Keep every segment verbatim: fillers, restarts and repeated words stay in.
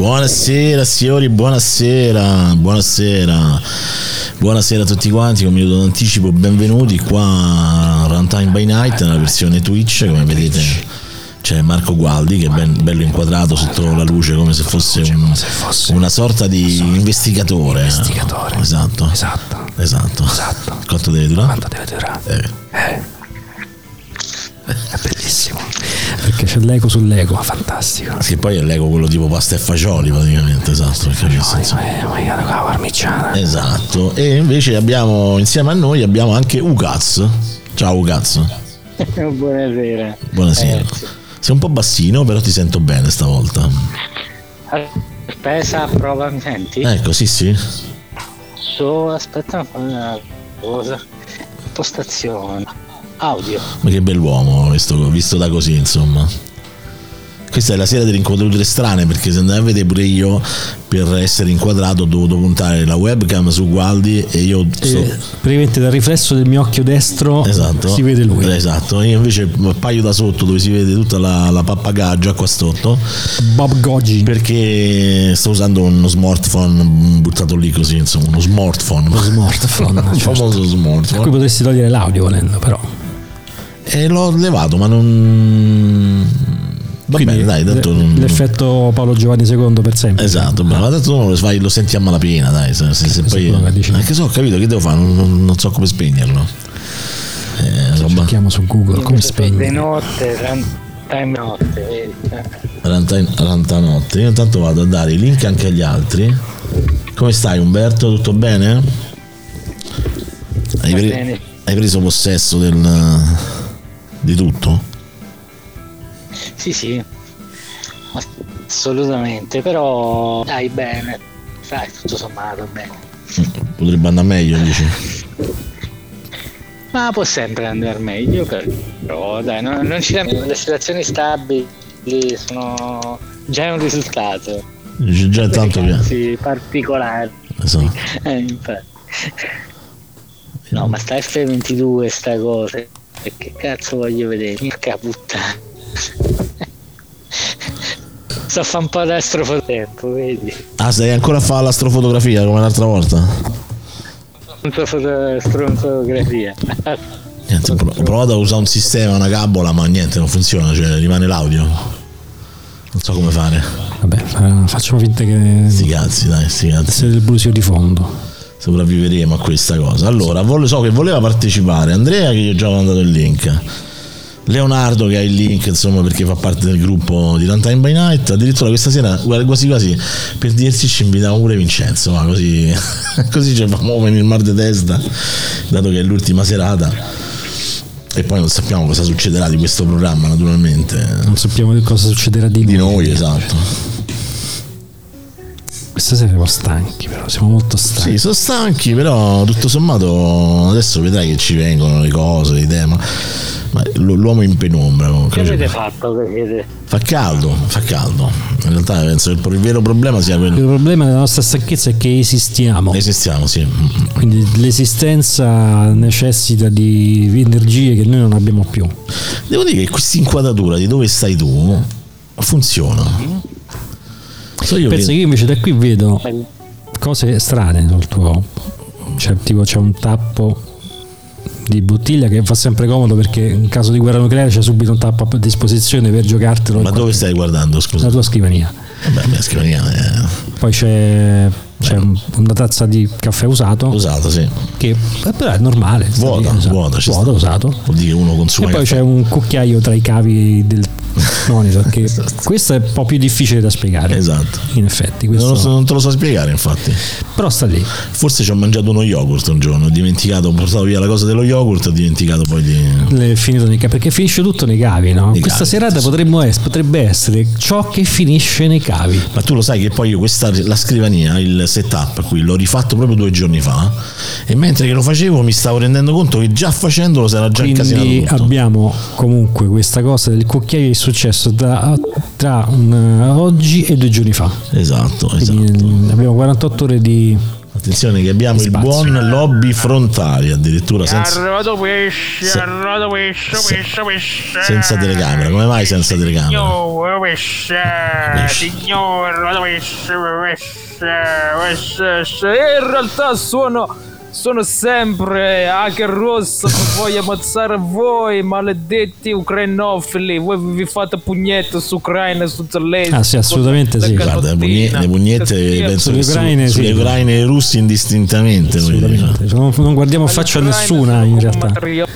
Buonasera signori, buonasera, buonasera, buonasera a tutti quanti, un minuto d'anticipo, benvenuti qua a Runtime by Night nella versione Twitch. Come vedete c'è Marco Gualdi che è ben, bello inquadrato sotto la luce come se fosse, un, una sorta di investigatore. Investigatore. Esatto. Esatto. Esatto. Esatto. Quanto deve durare? Quanto deve durare? Eh. Eh. È bellissimo. Perché c'è l'eco sull'eco, fantastico. Che poi è l'eco quello tipo pasta e fagioli praticamente, esatto. Perché c'è senso. Esatto. E invece abbiamo insieme a noi abbiamo anche Ugaz. Ciao Ugaz. Buonasera. Buonasera. Eh, sì. Sei un po' bassino, però ti sento bene stavolta. Aspetta, prova, mi senti? Ecco, sì, sì. So, aspetta una cosa. Impostazione. Audio. Ma che bell'uomo questo, visto da così, insomma. Questa è la sera delle inquadrature strane, perché se andate a vedere pure io, per essere inquadrato ho dovuto puntare la webcam su Gualdi e io sto... e praticamente dal riflesso del mio occhio destro, esatto, si vede lui. Esatto, io invece appaio da sotto dove si vede tutta la, la pappagaggia qua sotto, Bob Goggi, perché sto usando uno smartphone buttato lì così, insomma, uno smartphone. Uno smartphone. Il famoso certo. smartphone. A cui potresti togliere l'audio volendo, però. E l'ho levato, ma non... Va quindi bene, dai, tanto non... l'effetto Paolo Giovanni secondo per sempre. Esatto, ma tanto non lo fai, lo senti a malapena, dai. Se, se, se poi anche so, ho capito che devo fare, non, non so come spegnerlo. Eh, roba... Cerchiamo su Google come spegnere. Di notte, runtime notte, vedi? Runtime, runtime notte. Io intanto vado a dare i link anche agli altri. Come stai Umberto? Tutto bene? Hai, pre- bene. Hai preso possesso del di tutto? Sì, sì, assolutamente, però dai, bene, sai, tutto sommato bene. Potrebbe andare meglio, dici? Ma può sempre andare meglio, però dai, non, non ci le situazioni stabili sono già un risultato. Già tanto più particolari. Esatto. Eh, infatti. No, ma sta F ventidue sta cosa, che cazzo voglio vedere? Porca puttana. Sto a fare un po' d'astrofototempo, vedi? Ah, stai ancora a fare l'astrofotografia come l'altra volta? Astrofotografia. Niente, ho provato a usare un sistema, una gabola, ma niente, non funziona, cioè rimane l'audio. Non so come fare. Vabbè, facciamo finta che... Sti cazzi, dai, sti cazzi. Essere del brusio di fondo. Sopravviveremo a questa cosa. Allora, voglio, so che voleva partecipare Andrea, che gli ho già mandato il link, Leonardo che ha il link, insomma, perché fa parte del gruppo di Runtime by Night. Addirittura questa sera, quasi quasi per dirsi, ci invitiamo pure Vincenzo, ma così così ci facciamo venire il mal di testa, dato che è l'ultima serata e poi non sappiamo cosa succederà di questo programma, naturalmente non sappiamo cosa succederà di, di noi, noi esatto. Questa sera siamo stanchi, però siamo molto stanchi. Sì, sono stanchi, però tutto sommato adesso vedrai che ci vengono le cose, le idee, ma, ma l'uomo in penombra. Che avete fatto? Fa caldo, fa caldo. In realtà penso che il vero problema sia quello. Il problema della nostra stanchezza è che esistiamo. Esistiamo, sì. Quindi l'esistenza necessita di energie che noi non abbiamo più. Devo dire che questa inquadratura di dove stai tu funziona. So io penso che io invece da qui vedo cose strane sul tuo, cioè tipo c'è un tappo di bottiglia che fa sempre comodo, perché in caso di guerra nucleare c'è subito un tappo a disposizione per giocartelo. Ma dove stai guardando, scusa? La tua scrivania. Vabbè, la mia scrivania è... Poi c'è c'è un, una tazza di caffè usato usato sì, che però è normale, vuota, usato, vuota, vuota usato, vuol dire che uno consuma e poi caffè. C'è un cucchiaio tra i cavi del monitor che questo è un po' più difficile da spiegare, esatto, in effetti questo... non, so, non te lo so spiegare, infatti, però sta lì. Forse ci ho mangiato uno yogurt un giorno, ho dimenticato, ho portato via la cosa dello yogurt, ho dimenticato poi di... È finito nei cavi, perché finisce tutto nei cavi, no? Nei questa cavi, serata sì. potremmo es- potrebbe essere ciò che finisce nei cavi. Ma tu lo sai che poi io questa, la scrivania, il setup qui l'ho rifatto proprio due giorni fa, e mentre che lo facevo mi stavo rendendo conto che già facendolo si era già incasinato tutto. Quindi abbiamo comunque questa cosa del cucchiaio è successo tra, tra un, oggi e due giorni fa. Esatto, quindi esatto. Abbiamo quarantotto ore di Attenzione che abbiamo il buon Lobby Frontali, addirittura senza, pesce, se, pesce, se, pesce, pesce. senza telecamera. Come mai senza telecamera? Signor, pesce, signor, pesce, pesce, pesce. In realtà sono sono sempre hacker rosso che voglio ammazzare voi maledetti ucrainofili. Voi vi fate pugnette su Ucraina e su Zelensky. Ah sì, assolutamente sì. Guarda, le pugnette, le pugnette penso sulle ucraine, su, sì. sulle ucraine e i russi indistintamente. Assolutamente. Non, non guardiamo faccia a nessuna in realtà.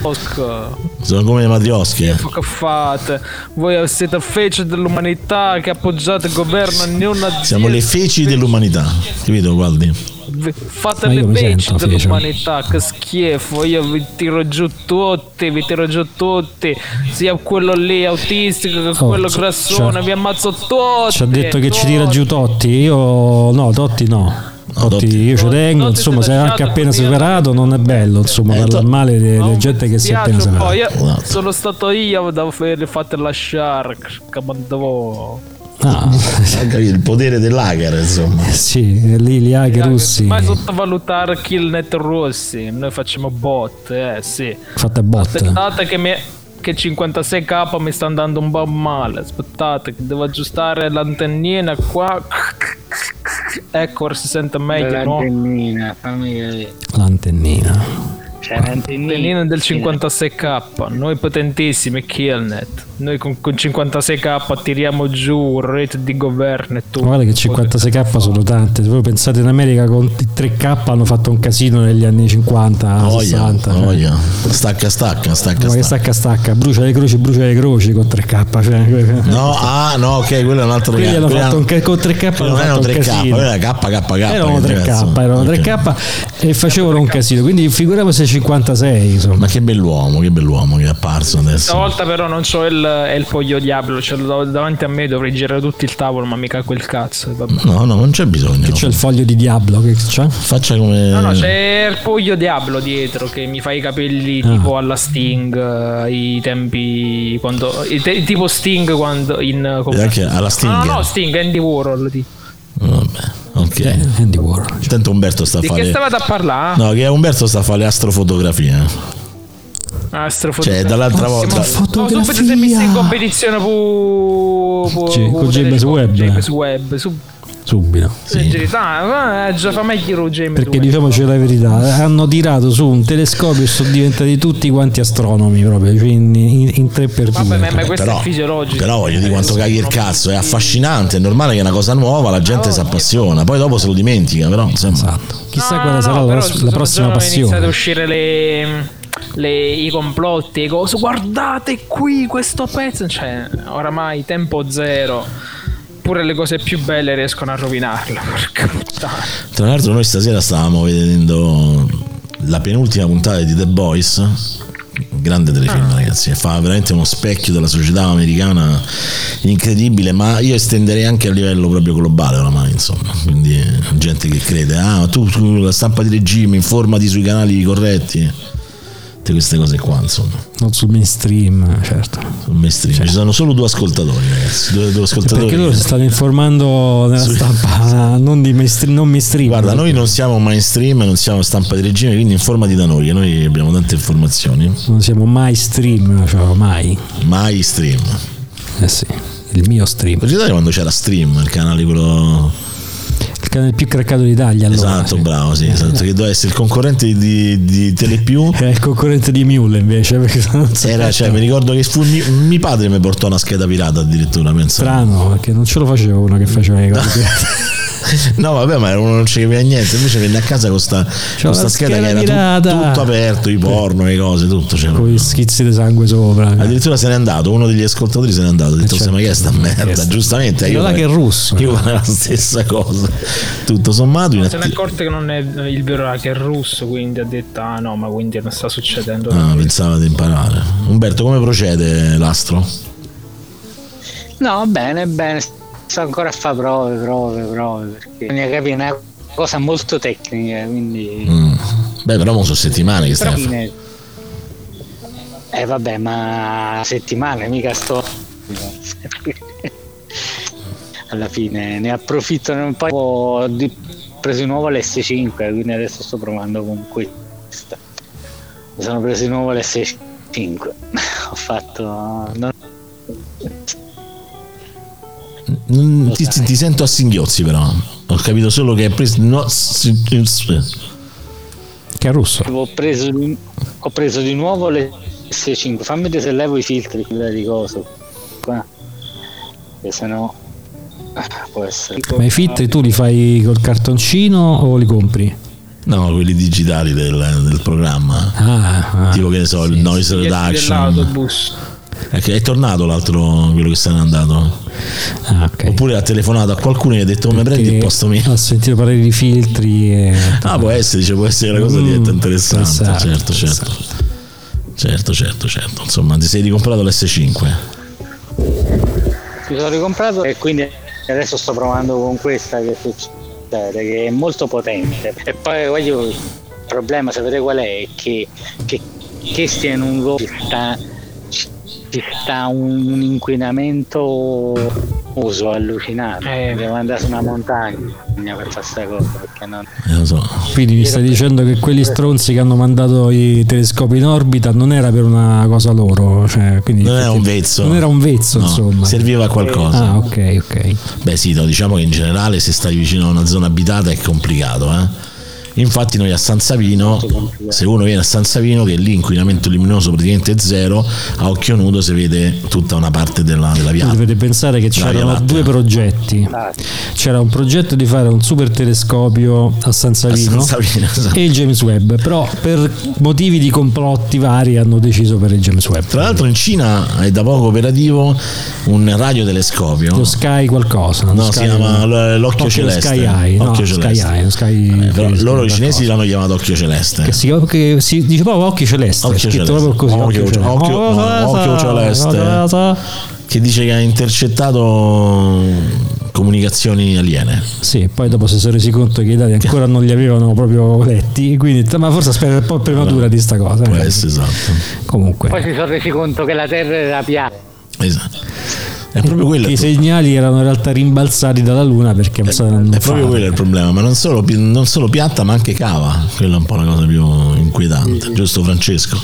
Sono come le matriosche. Che fate? Voi siete feci dell'umanità che appoggiate il governo neonazisti. Siamo le feci dell'umanità, capito Gualdi? Fate le feci dell'umanità, che schifo. Io vi tiro giù tutti, vi tiro giù tutti, sia quello lì autistico che oh, quello grassone, vi ammazzo tutti. Ci ha detto che tutti. ci tira giù Totti. Io no, Totti no. No, Totti, io ci tengo, Totti insomma, se è anche appena superato non è bello, insomma, eh, parlare male della gente che si è appena superato. superato. Sono stato io a fate lasciare, che mandavo. Ah. Il potere dell'hacker, insomma. Sì, lì gli hacker russi. Mai sottovalutare Killnet russi. Noi facciamo bot, eh sì. Fate bot. Aspettate che mi che cinquantasei K mi sta andando un po' male. Aspettate che devo aggiustare l'antennina qua. Ecco, ora si sente meglio, l'antennina, no? fammi vedere. L'antennina. C'è l'antennina del cinquantasei K, noi potentissimi Killnet. Noi con, con cinquantasei K tiriamo giù rete di governo e tutto. Guarda che cinquantasei K sono tante. Se voi pensate in America con tre K hanno fatto un casino negli anni cinquanta, oh sessanta. Yeah, oh yeah. Stacca stacca, stacca no, stacca. stacca stacca, brucia le croci, brucia le croci con tre K. Cioè. No, ah no, ok, quello è un altro Quelli hanno fatto un ca- con tre K hanno non erano fatto tre un K, casino. quello era K K K. Erano tre K, erano okay. tre K e facevano un casino. Quindi figuriamo se cinquantasei, insomma. Ma che bell'uomo, che bell'uomo che è apparso adesso. Stavolta però non c'ho il, il poglio Diablo, ce l'ho davanti a me, dovrei girare tutto il tavolo, ma mica quel cazzo. Vabbè. No, no, non c'è bisogno. Che c'è il foglio di Diablo che c'è? Faccia come. No, no, c'è il poglio Diablo dietro che mi fa i capelli ah. tipo alla Sting, uh, i tempi quando i te, tipo Sting quando in come... anche alla Sting. No, no, no, Sting, Andy Warhol. Tipo. Vabbè, ok. Eh, Andy Warhol. Intanto Umberto sta a fare. Di che stavate a parlare? No, che Umberto sta a fare le astrofotografie. Astrofotografia. Cioè, dall'altra volta. Fotografia. Subito sei messo in competizione pu, pu, sì, pu, con James Webb. James Webb. Sub- Subito. Sì. Ah, già fa meglio James Perché Webb. diciamoci la verità, hanno tirato su un telescopio e sono diventati tutti quanti astronomi proprio, cioè in, in, in tre per due. Vabbè, ma, ma questo però, è fisiologico. Però voglio dire quanto caghi il cazzo, è affascinante, è normale che è una cosa nuova, la gente si appassiona, poi dopo se lo dimentica, però insomma. Esatto. Chissà no, quale no, sarà no, la, però, la prossima passione. Sono iniziate a uscire le Le, i complotti, i cose, guardate qui questo pezzo, cioè oramai tempo zero, pure le cose più belle riescono a rovinarlo, porca puttana. Tra l'altro noi stasera stavamo vedendo la penultima puntata di The Boys, grande telefilm ah. ragazzi, fa veramente uno specchio della società americana incredibile, ma io estenderei anche a livello proprio globale oramai, insomma, quindi gente che crede ah tu, tu la stampa di regime, informati sui canali corretti, queste cose qua, insomma, non sul mainstream, certo. Sul mainstream cioè. Ci sono solo due ascoltatori, ragazzi. Due, due ascoltatori. Perché loro si stanno informando nella su... stampa non di mainstream, non mainstream. Guarda, noi non siamo mainstream, non siamo stampa di regime, quindi informati da noi, che noi abbiamo tante informazioni. Non siamo mai stream, cioè mai. Mai stream. Eh sì, il mio stream. Ricordate quando c'era Stream, il canale quello. Il canale più craccato d'Italia, allora. Esatto, sì. bravo, sì, esatto, che doveva essere il concorrente di, di Telepiù. Era il concorrente di Mule invece, perché non era, cioè, mi ricordo che fu mio, mio padre mi portò una scheda pirata addirittura, penso. Strano, perché non ce lo faceva uno che faceva le cose pirate. No vabbè, ma uno non ci capiva niente, invece venne a casa con sta, con sta scheda che era tu, tutto aperto, i porno, le cose, tutto, cioè, con gli schizzi di sangue sopra. Addirittura se n'è andato, uno degli ascoltatori se n'è andato, ha detto certo, ma che è sta merda, chiesto. Giustamente io io che è russo, io farei la stessa cosa, tutto sommato. No, se ne è accorto che non è il vero che è russo, quindi ha detto ah no, ma quindi non sta succedendo. Ah, pensava di imparare. Umberto, come procede l'astro? No, bene, bene. Sto ancora a fare prove, prove, prove, perché bisogna capire una cosa molto tecnica, quindi. Mm. Beh, però mo sono settimane che stai a fare. Eh vabbè, ma settimane, mica sto. Alla fine ne approfittano un po' di preso di nuovo l'S cinque, quindi adesso sto provando con questa. Mi sono preso di nuovo l'S cinque. Ho fatto non... Mm, ti, ti, ti sento a singhiozzi, però ho capito solo che hai preso no, che è russo. Ho preso, ho preso di nuovo l'S cinque. Fammi vedere se levo i filtri di cosa qua, che se no può essere. Ma i filtri tu li fai col cartoncino o li compri? No, quelli digitali del, del programma. Ah, ah, tipo che ne so, sì, il noise reduction. Dell'autobus. È, che è tornato l'altro, quello che se n'è andato. Ah, okay. Oppure ha telefonato a qualcuno e ha detto: come prendi il posto mio? Ho sentito parlare di filtri e... Ah, può essere, dice, può essere una cosa mm, diventa interessante. esatto, certo, certo. Certo, certo, certo. Insomma, ti sei ricomprato l'S cinque. Mi sono ricomprato e quindi adesso sto provando con questa che succede, che è molto potente. E poi voglio, il problema, sapete qual è? Che, che, che stia in un luogo ci sta un, un inquinamento uso allucinante. Eh. Devo andare su una montagna per fare questa cosa, perché non... Eh, lo so. Quindi mi stai dicendo che quegli stronzi che hanno mandato i telescopi in orbita non era per una cosa loro, cioè, quindi non era un vezzo, non era un vezzo, no, insomma, serviva a qualcosa. Ah, ok, ok. Beh sì, no, diciamo che in generale se stai vicino a una zona abitata è complicato, eh. Infatti noi a San Savino, se uno viene a San Savino, che l'inquinamento luminoso praticamente è zero, a occhio nudo si vede tutta una parte della, della via. Dovete pensare che c'erano due progetti. C'era un progetto di fare un super telescopio a San Savino, a San Savino, esatto. E il James Webb, però per motivi di complotti vari hanno deciso per il James Webb. Tra l'altro in Cina è da poco operativo un radiotelescopio. Lo Sky qualcosa. No, Sky, si chiama l'Occhio Occhio Celeste. Sky Eye, Occhio no, Celeste. Sky Eye, Sky eh, però loro i cinesi qualcosa. l'hanno chiamato Occhio Celeste. Che si, che si dice proprio Occhio Celeste, Occhio scritto Celeste. proprio così. Occhio, Occhio, occhio, oh, no, occhio Celeste. Che dice che ha intercettato comunicazioni aliene. Sì, poi dopo si sono resi conto che i dati ancora non li avevano proprio letti, quindi ma forse aspetta un po' prematura no, di sta cosa. Può eh. essere, esatto. Comunque. Poi si sono resi conto che la Terra era piatta. Esatto. È proprio quello i segnali erano in realtà rimbalzati dalla Luna perché non è, non è proprio quello il problema, ma non solo, non solo piatta ma anche cava, quella è un po' la cosa più inquietante, sì, giusto Francesco?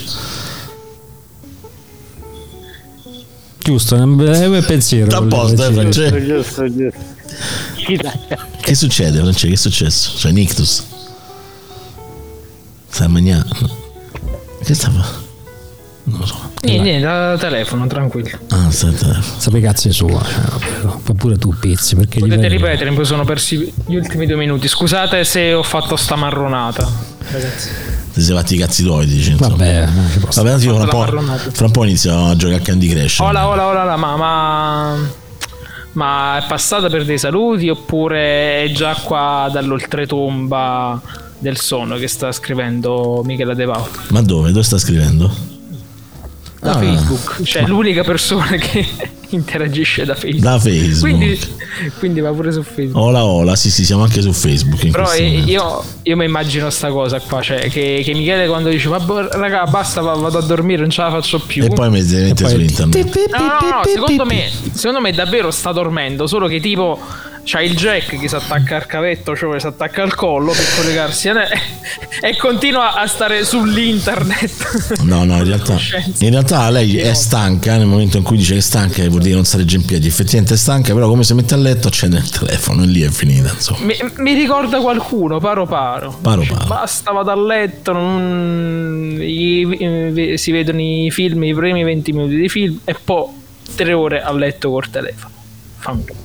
Giusto, un bel pensiero. Sta a posto, eh, Francesco. Giusto, giusto. Che succede, Francesco? Che è successo? Cioè Nictus sta a mangiare? Che sta fa? Non lo so. Niente, niente, da telefono, tranquillo. Ah, sta al telefono. Sapete cazzo è sua, cioè, fa pure tu pizzi perché potete ripetere, mi sono persi gli ultimi due minuti. Scusate se ho fatto sta marronata, ragazzi. Ti sei fatti i cazzi tuoi, dici, insomma. Vabbè, Vabbè, fra un, po', fra un po' inizio a giocare a Candy Crush. Ola, ola, ola, ola, ma, ma ma è passata per dei saluti oppure è già qua dall'oltretomba del sonno che sta scrivendo Michela De Paolo? Ma dove? Dove sta scrivendo? Da ah. Facebook, cioè l'unica persona che interagisce da Facebook. Da Facebook. Quindi, quindi va pure su Facebook. Ola ola, sì sì, siamo anche su Facebook. In Però io, io mi immagino sta cosa qua, cioè che, che Michele quando dice ma raga basta vado a dormire, non ce la faccio più. E poi mi mette su internet. No, no, no, secondo me, secondo me davvero sta dormendo, solo che tipo c'ha il jack che si attacca al cavetto, cioè si attacca al collo per collegarsi e continua a stare sull'internet. No, no, in realtà, in realtà lei è stanca nel momento in cui dice che è stanca, vuol dire non stare già in piedi. Effettivamente è stanca, però come si mette a letto accende il telefono e lì è finita, insomma. Mi, mi ricorda qualcuno, paro paro. Paro paro. Basta, vado a letto, non... I, i, si vedono i film, i primi venti minuti di film e poi tre ore a letto col telefono. Fanculo.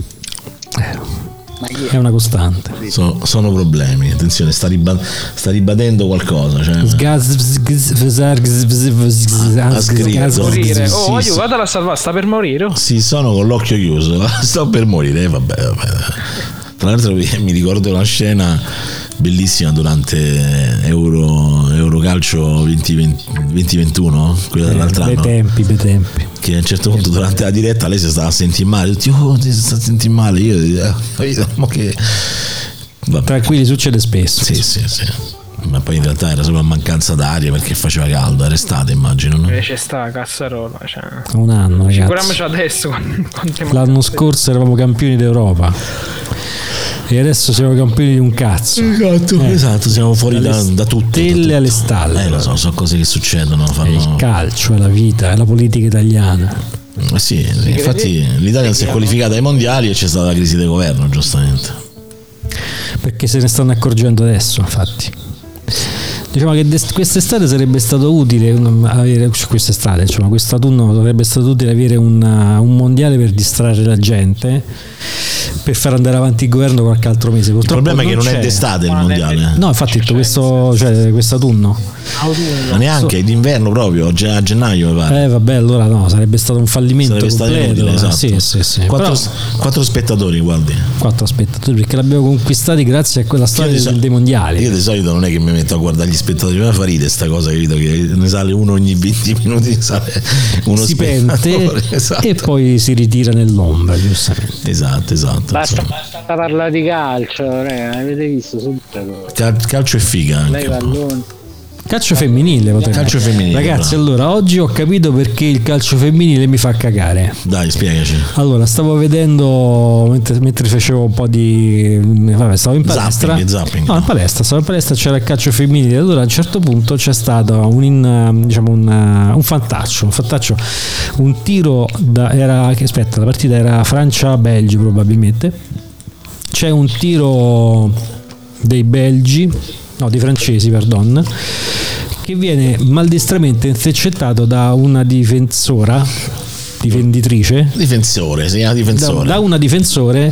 È una costante. So, sono problemi. Attenzione, sta, ribad- sta ribadendo qualcosa. Cioè... Ha scritto. Oh, aiutatela a salvare, sta per morire. Sì, sono con l'occhio chiuso. Sto per morire. Eh, vabbè, vabbè. Tra l'altro mi ricordo una scena bellissima durante Euro, Eurocalcio venti ventuno, quella dell'altro anno. Bei tempi, bei tempi. Che a un certo punto durante la diretta lei si stava a sentire male, tutti, oh ti sta a sentire male, io eh, che... Vabbè. Tranquilli, succede spesso. Sì, sì, sì. Ma poi in realtà era solo una mancanza d'aria perché faceva caldo, era estate immagino, no? Invece sta cazzarola, cioè... un anno, ragazzi. Figuriamoci adesso. L'anno scorso eravamo campioni d'Europa. e adesso siamo campioni di un cazzo. Esatto, eh, esatto, siamo fuori da, da tutto. Stelle alle stalle. Eh, lo so, sono cose che succedono. Fanno... È il calcio, è la vita, è la politica italiana. Eh sì, sì, infatti l'Italia si è qualificata ai mondiali e c'è stata la crisi del governo, giustamente. Perché se ne stanno accorgendo adesso, infatti. Diciamo che quest'estate sarebbe stato utile avere, quest'estate, insomma, quest'autunno sarebbe stato utile avere una, un mondiale per distrarre la gente, per far andare avanti il governo qualche altro mese. Purtroppo il problema è che non c'è. è d'estate il mondiale. No, infatti tutto questo, cioè, quest'autunno. Ma neanche, è d'inverno proprio, a gennaio mi pare. Eh vabbè, allora no, sarebbe stato un fallimento sarebbe completo. Inutile, esatto. Sì, sì, sì. Quattro, Però, quattro spettatori, guardi. Quattro spettatori, perché l'abbiamo conquistati grazie a quella storia Io di dei, dei mondiali. Io di solito non è che mi metto a guardare gli spettatori, ma fa ridere sta cosa, capito? Che ne sale uno ogni venti minuti, sale uno si pente esatto. E poi si ritira nell'ombra, giustamente. Esatto, esatto. Basta, basta parlare di calcio, ragazzi, avete visto subito. Cal- calcio e figa anche. Calcio femminile, calcio femminile, ragazzi. però. Allora, oggi ho capito perché il calcio femminile mi fa cagare. Dai, spiegaci. Allora, stavo vedendo mentre, mentre facevo un po' di. Vabbè, stavo in palestra. Zapping, zapping. No, in palestra, stavo in palestra, c'era il calcio femminile. Allora, a un certo punto c'è stato un, in, diciamo un, un fantaccio, un fantaccio, un tiro da. Era. Aspetta, la partita era Francia-Belgio, probabilmente. C'è un tiro dei belgi. No, di francesi, pardon, che viene maldestramente intercettato da una difensora, difenditrice, difensore, si chiama difensore, da, da una difensore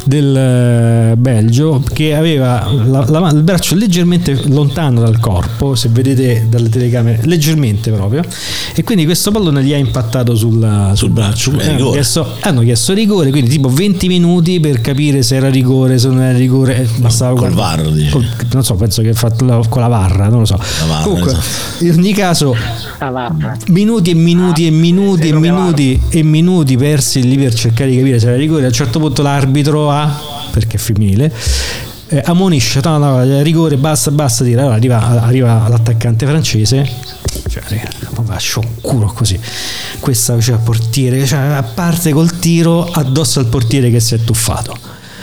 del uh, Belgio che aveva la, la, il braccio leggermente lontano dal corpo, se vedete dalle telecamere, leggermente proprio, e quindi questo pallone gli ha impattato sul, sul, sul braccio. Eh, hanno, chiesto, hanno chiesto rigore, quindi tipo venti minuti per capire se era rigore, se non era rigore. Bastava col V A R, dice. Col, non so, penso che fatto la, con la varra, non lo so. Varra, comunque, esatto. In ogni caso, minuti e minuti e minuti e minuti e minuti persi lì per cercare di capire se era rigore. A un certo punto l'arbitro ha, perché è femminile, eh, ammonisce, no, no, rigore, basta, basta dire. Allora arriva, arriva l'attaccante francese, cioè va sciocco così, questa faceva portiere, cioè, a parte col tiro addosso al portiere che si è tuffato,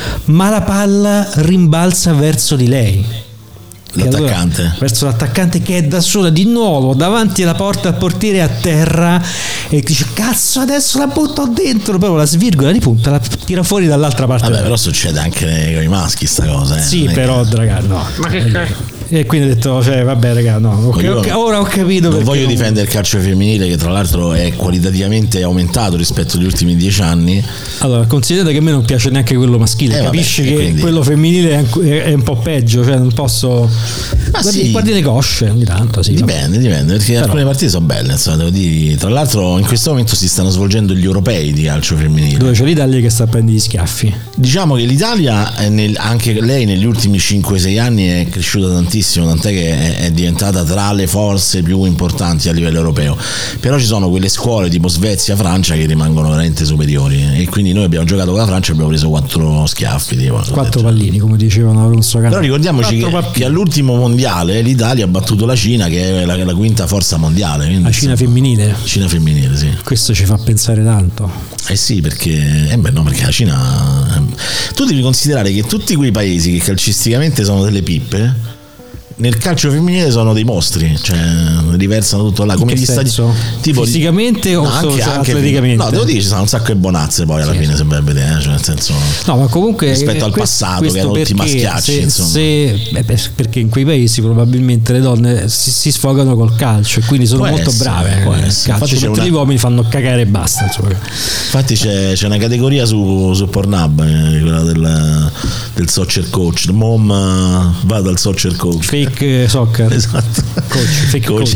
ma la palla rimbalza verso di lei, l'attaccante, allora, verso l'attaccante che è da sola di nuovo davanti alla porta, al portiere a terra, e dice cazzo adesso la butto dentro, proprio la svirgola di punta, la tira fuori dall'altra parte. Vabbè, però succede anche con i maschi sta cosa, eh. Sì, però che... raga, no. Ma che cazzo? E quindi ho detto, cioè, vabbè, raga, no. Okay, okay, ora ho capito. Non voglio non... difendere il calcio femminile, che tra l'altro è qualitativamente aumentato rispetto agli ultimi dieci anni. Allora, considerate che a me non piace neanche quello maschile, eh, capisci vabbè, che quindi... quello femminile è, è un po' peggio, cioè non posso. Ah, guardi, sì. guardi le cosce ogni tanto, sì. Dipende, dipende, perché però... alcune partite sono belle, insomma, devo dire. Tra l'altro in questo momento si stanno svolgendo gli europei di calcio femminile, dove c'è l'Italia che sta a prendere gli schiaffi. Diciamo che l'Italia è nel, anche lei negli ultimi cinque sei anni è cresciuta tantissimo, tant'è che è diventata tra le forze più importanti a livello europeo. Però ci sono quelle scuole tipo Svezia, Francia che rimangono veramente superiori, e quindi noi abbiamo giocato con la Francia e abbiamo preso quattro schiaffi, tipo, quattro pallini, come dicevano Alonso Canale. Però ricordiamoci che, che all'ultimo mondiale l'Italia ha battuto la Cina, che è la, la quinta forza mondiale, la Cina femminile. Cina femminile, sì. Questo ci fa pensare tanto. Eh sì, perché eh beh no, perché la Cina, tu devi considerare che tutti quei paesi che calcisticamente sono delle pippe, nel calcio femminile sono dei mostri, cioè riversano tutto là, come gli stati tipo fisicamente o no, anche, anche atleticamente. No, devo dire ci sono un sacco di bonazze poi alla sì, fine, sì. Se vai a vedere, cioè nel senso, no, ma comunque rispetto al passato che erano tutti maschiacci, se, se, beh, perché in quei paesi probabilmente le donne si, si sfogano col calcio e quindi sono può molto essere, brave nel calcio, mentre una... gli uomini fanno cagare e basta, insomma. Infatti c'è, c'è una categoria su, su Pornhub, eh, quella del, del soccer coach, mom va dal soccer coach, fake soccer, esatto, coach, fake coach,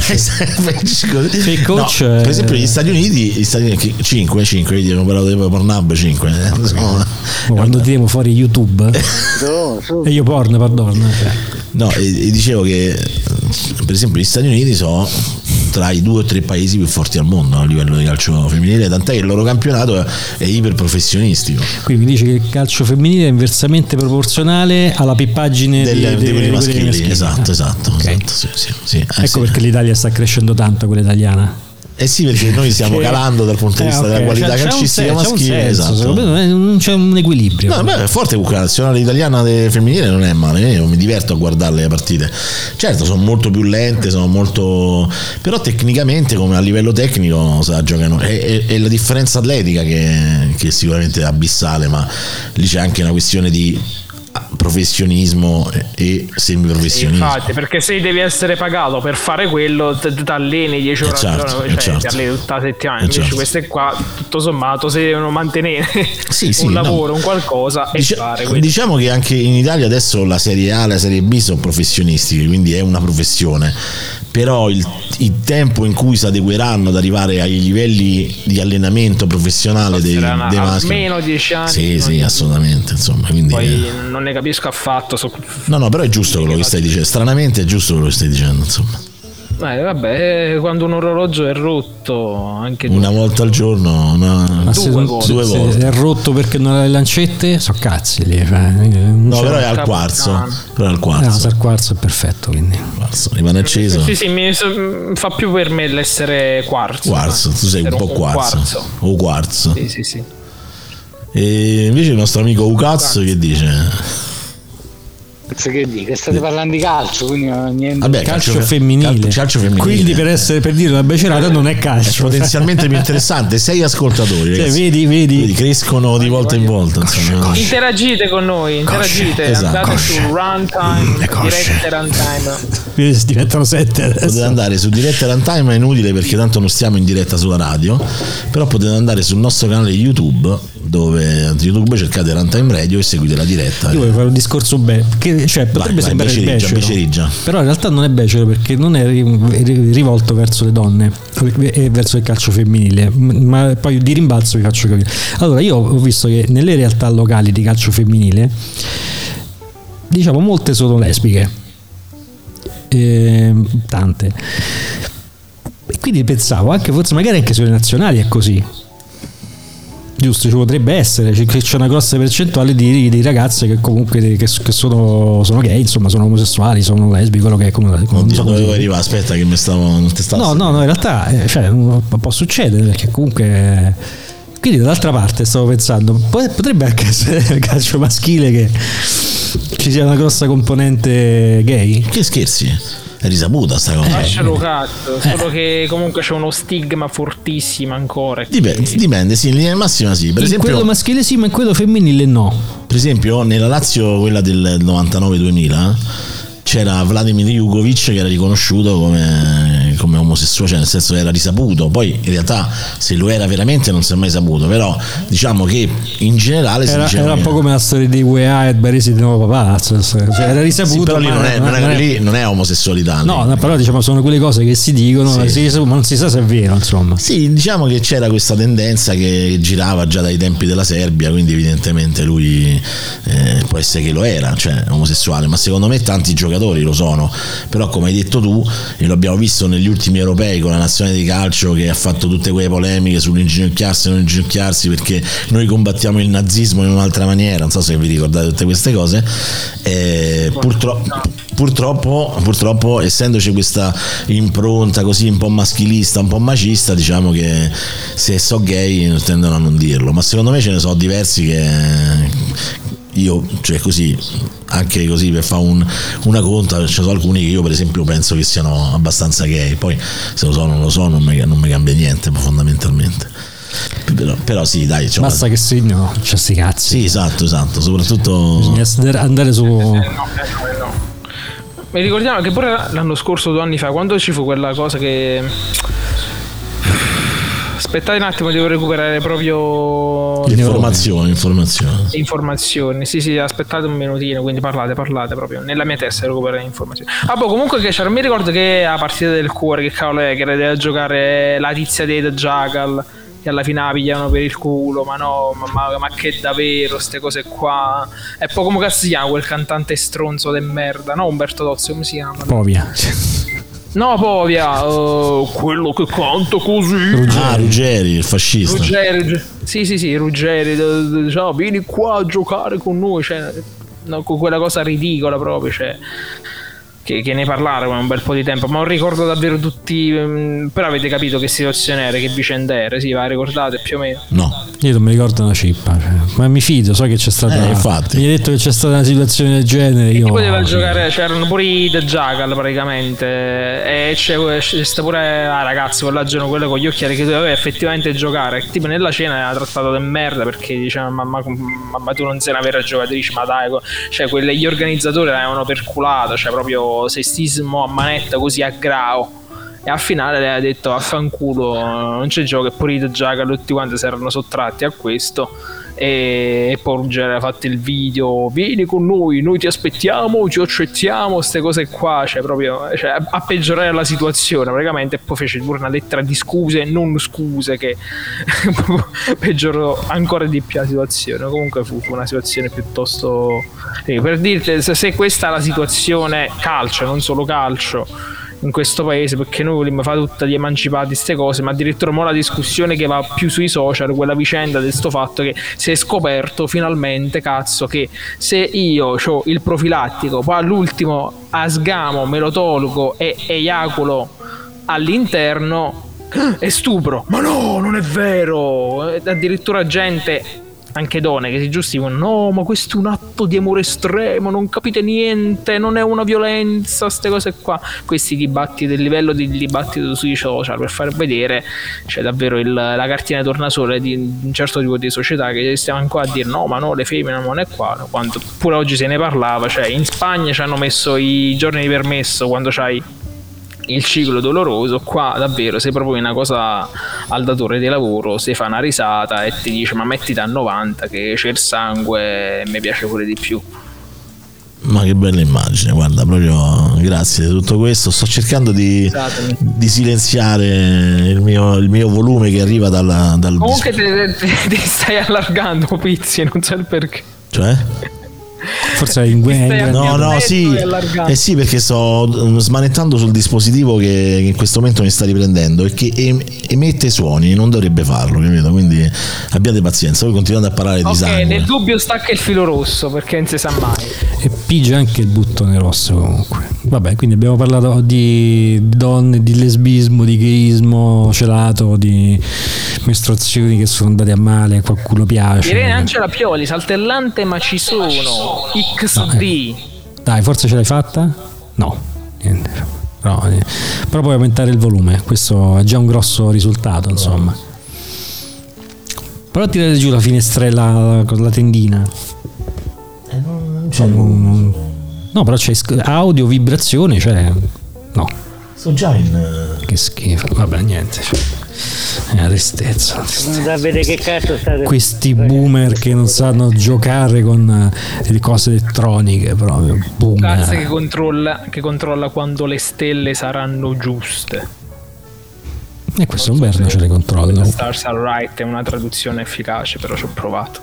coach. fake coach no, per esempio gli Stati Uniti, gli Stati Uniti cinque, cinque, vedi, abbiamo parlato di Pornhub cinque, eh, insomma, quando tiriamo fuori YouTube e io porno, pardon, no, e, e dicevo che per esempio gli Stati Uniti sono tra i due o tre paesi più forti al mondo a livello di calcio femminile, tant'è che il loro campionato è, è iperprofessionistico. Quindi mi dice che il calcio femminile è inversamente proporzionale alla pippaggine delle, di, dei quelli maschili, maschili. Esatto, ah, esatto, okay. esatto, sì, sì, sì. Eh, ecco sì. Perché l'Italia sta crescendo tanto, quella italiana. Eh sì, perché noi stiamo Che- calando dal punto di Eh, vista ok, della qualità c'è- c'è un calcistica sen- c'è un maschile. senso, Esatto. secondo me non c'è un equilibrio. No, beh, è forte comunque la nazionale italiana de- femminile non è male, io mi diverto a guardarle le partite. Certo, sono molto più lente, sono molto però tecnicamente, come a livello tecnico, sa, giocano. È, è- è la differenza atletica che, che sicuramente è abissale, ma lì c'è anche una questione di professionismo e, e semiprofessionismo. Infatti, perché se devi essere pagato per fare quello, ti alleni dieci ore Eh certo, al giorno, eh cioè certo. ti alleni tutta la settimana. Eh Invece certo. queste qua, tutto sommato, si devono mantenere Sì, sì, un no. lavoro, un qualcosa e Dice- fare quello. diciamo che anche in Italia adesso la Serie A e la Serie B sono professionistiche, quindi è una professione, però il, il tempo in cui si adegueranno ad arrivare ai livelli di allenamento professionale dei, Saranno dei maschi, almeno dieci anni. sì, non sì, di- assolutamente, insomma, quindi Poi eh, non ne capisco affatto. So- no, no, però è giusto quello che stai dicendo, stranamente è giusto quello che stai dicendo, insomma. Eh, vabbè, quando un orologio è rotto, anche Una volta al giorno, una- Ma se, due non- volte. Due se volte. è rotto perché non ha le lancette, so cazzi lì. Cioè, non no, c'è- però è al Capitano. quarzo, però è al Eh, no, quarzo, se al quarzo è perfetto, quindi. quarzo, rimane acceso. Sì, sì, mi so- fa più per me l'essere quarzo. Quarzo, tu sei un Ero po' quarzo, o quarzo. Sì, sì, sì. E invece il nostro amico Ucaz che dice? Che dico, state parlando di calcio, quindi non ho niente. Vabbè, Calcio, fe- femminile. cal- calcio femminile. Quindi per, essere, per dire una becerata non è è calcio. potenzialmente più interessante. Sei ascoltatori, Cioè, ragazzi. vedi, vedi. Vedi, crescono di volta in volta. Insomma. Interagite con noi, interagite, esatto. andate Cosce. su Runtime, Le cosce. dirette Runtime. Vedi, si diventano sette Potete adesso. andare su diretta runtime, è inutile perché tanto non stiamo in diretta sulla radio, però potete andare sul nostro canale YouTube, dove a YouTube cercate Runtime Radio e seguite la diretta. Io voglio fare un discorso bello, che cioè, potrebbe vai, sembrare becerigia, becero, becerigia. però in realtà non è becero perché non è ri- ri- rivolto verso le donne e verso il calcio femminile, m- ma poi di rimbalzo vi faccio capire. Allora, io ho visto che nelle realtà locali di calcio femminile, diciamo, molte sono lesbiche, e, tante, e quindi pensavo anche forse magari anche sulle nazionali è così. Giusto, ci potrebbe essere, c'è, c'è una grossa percentuale di, di ragazze che comunque che, che sono, sono gay, insomma, sono omosessuali, sono lesbi, quello che è come, come non Oddio, so come dove dire. arriva? Aspetta che mi stavo non ti stavo No, no, no, in realtà eh, cioè, può succedere perché comunque. Quindi dall'altra parte stavo pensando, po- potrebbe anche essere nel calcio maschile che ci sia una grossa componente gay. Che scherzi? È risaputa sta cosa. Lascialo cazzo, solo che comunque c'è uno stigma fortissimo ancora. Dipende, dipende, sì, in linea di massima sì. Per In esempio, quello maschile sì, ma in quello femminile no. per esempio nella Lazio, quella del novantanove duemila, c'era Vladimir Jugovic che era riconosciuto come, come omosessuale, cioè nel senso era risaputo. Poi in realtà se lo era veramente non si è mai saputo, però diciamo che in generale si Era, diceva era un che- po' come la storia di U E A e Baresi di nuovo papà, cioè, era risaputo, sì, però lì ma non è, non è- non è- lì non è omosessualità. no, lì. no, però diciamo sono quelle cose che si dicono, Sì. si sa- ma non si sa se è vero, insomma. Sì, diciamo che c'era questa tendenza che girava già dai tempi della Serbia, quindi evidentemente lui eh, può essere che lo era, cioè omosessuale, ma secondo me tanti giocatori lo sono. Però come hai detto tu, e lo abbiamo visto negli ultimi europei con la nazionale di calcio che ha fatto tutte quelle polemiche sull'inginocchiarsi e non inginocchiarsi perché noi combattiamo il nazismo in un'altra maniera, non so se vi ricordate tutte queste cose. Eh, purtroppo Purtroppo, purtroppo, essendoci questa impronta così un po' maschilista, un po' macista, diciamo che se so gay tendono a non dirlo, ma secondo me ce ne sono diversi che io, cioè così, anche così per fare un, una conta, ce ne sono alcuni che io per esempio penso che siano abbastanza gay, poi se lo so o non lo so non mi, non mi cambia niente fondamentalmente. Però, però sì, dai, c'ho Basta la... che segno, c'è sti cazzi. Sì, esatto, esatto, soprattutto Bisogna andare su. Mi ricordiamo che pure l'anno scorso, due anni fa, quando ci fu quella cosa che... Aspettate un attimo, devo recuperare proprio informazioni, informazioni. le informazioni. Sì, sì, aspettate un minutino, quindi parlate, parlate proprio. Nella mia testa recuperare le informazioni. Ah, boh, comunque che c'era, mi ricordo che a partita del cuore, che cavolo è, che era da giocare la tizia dei The Jackal, che alla fine la pigliavano per il culo, ma no, ma, ma, ma che davvero, ste cose qua. E poi come cazzo si chiama quel cantante stronzo de merda, no Umberto Tozzi, come si chiama? Povia. No, Povia, uh, quello che canta così. Ah, Ruggeri, il fascista. Ruggeri, sì sì sì, Ruggeri, diciamo, vieni qua a giocare con noi, cioè, no, con quella cosa ridicola proprio, cioè. che, che ne parlarono un bel po' di tempo, ma non ricordo davvero tutti. Mh, però avete capito che situazione era, che vicenda era? Sì, va, ricordate più o meno? No, io non mi ricordo una cippa, cioè, ma mi fido, so che c'è stata. Eh, infatti. Mi hai detto che c'è stata una situazione del genere. Io Chi poteva giocare? C'erano pure i The Jackal praticamente, e c'è, c'è sta pure ah ragazzi, quell'aggiano quello con gli occhiali che doveva effettivamente giocare, tipo nella cena era trattato di merda perché diceva ma, ma, ma, ma tu non sei una vera giocatrice, ma dai, cioè quelle, gli organizzatori l'avevano perculata, cioè proprio sessismo a manetta così a grao. E al finale le ha detto affanculo, non c'è gioco, e pure i The Jackal tutti quanti si erano sottratti a questo. E, e poi Ruggero aveva fatto il video, vieni con noi, noi ti aspettiamo, ci accettiamo, queste cose qua, cioè proprio, cioè, a peggiorare la situazione praticamente. E poi fece pure una lettera di scuse e non scuse che peggiorò ancora di più la situazione. Comunque fu, fu una situazione piuttosto eh, per dirti, se, se questa è la situazione calcio, non solo calcio in questo paese, perché noi vogliamo fare tutta di emancipati queste cose, ma addirittura mo la discussione che va più sui social, quella vicenda del sto fatto che si è scoperto finalmente, cazzo, che se io ho il profilattico, poi all'ultimo a sgamo me lo tolgo e eiaculo all'interno, è stupro. Ma no, non è vero. Addirittura gente, anche donne, che si giustificano, no ma questo è un atto di amore estremo, non capite niente, non è una violenza, queste cose qua. Questi dibattiti, del livello di dibattito sui social, per far vedere c'è davvero il, la cartina tornasole di un certo tipo di società, che stiamo ancora a dire no ma no, le femmine non è qua, quando pure oggi se ne parlava. Cioè in Spagna ci hanno messo i giorni di permesso quando c'hai il ciclo doloroso, qua davvero se proponi una cosa al datore di lavoro si fa una risata e ti dice ma mettiti a novanta che c'è il sangue e mi piace pure di più. Ma che bella immagine, guarda, proprio grazie di tutto questo. Sto cercando di, di silenziare il mio, il mio volume che arriva dalla, dal comunque te, te, ti stai allargando, Pizzi, non so il perché. Cioè? Forse in guerra. No, no, sì. Eh sì, perché sto smanettando sul dispositivo che in questo momento mi sta riprendendo e che emette suoni, non dovrebbe farlo, capito? Quindi abbiate pazienza, voi continuate a parlare okay, di sangue. Ok, nel dubbio stacca il filo rosso perché non si sa mai. E pigia anche il bottone rosso comunque. Vabbè, quindi abbiamo parlato di donne, di lesbismo, di gayismo celato, di mestruazioni che sono andate a male, a qualcuno piace. Irene Angela Pioli, saltellante ma ci sono. X D. No, eh. Dai, forse ce l'hai fatta? No, niente. Però, eh. Però puoi aumentare il volume, questo è già un grosso risultato, insomma. Però tirare giù la finestrella con la tendina. Eh, non c'è non, no, però c'è audio, vibrazione, cioè no. Sto già in che schifo. Vabbè, niente. È una tristezza. Sapete che cazzo state? Questi boomer che non sanno giocare con le cose elettroniche, proprio boomer. Cazzo che controlla, che controlla quando le stelle saranno giuste. E questo Umberto ce le controlla. Stars are right è una traduzione efficace, però ci ho provato.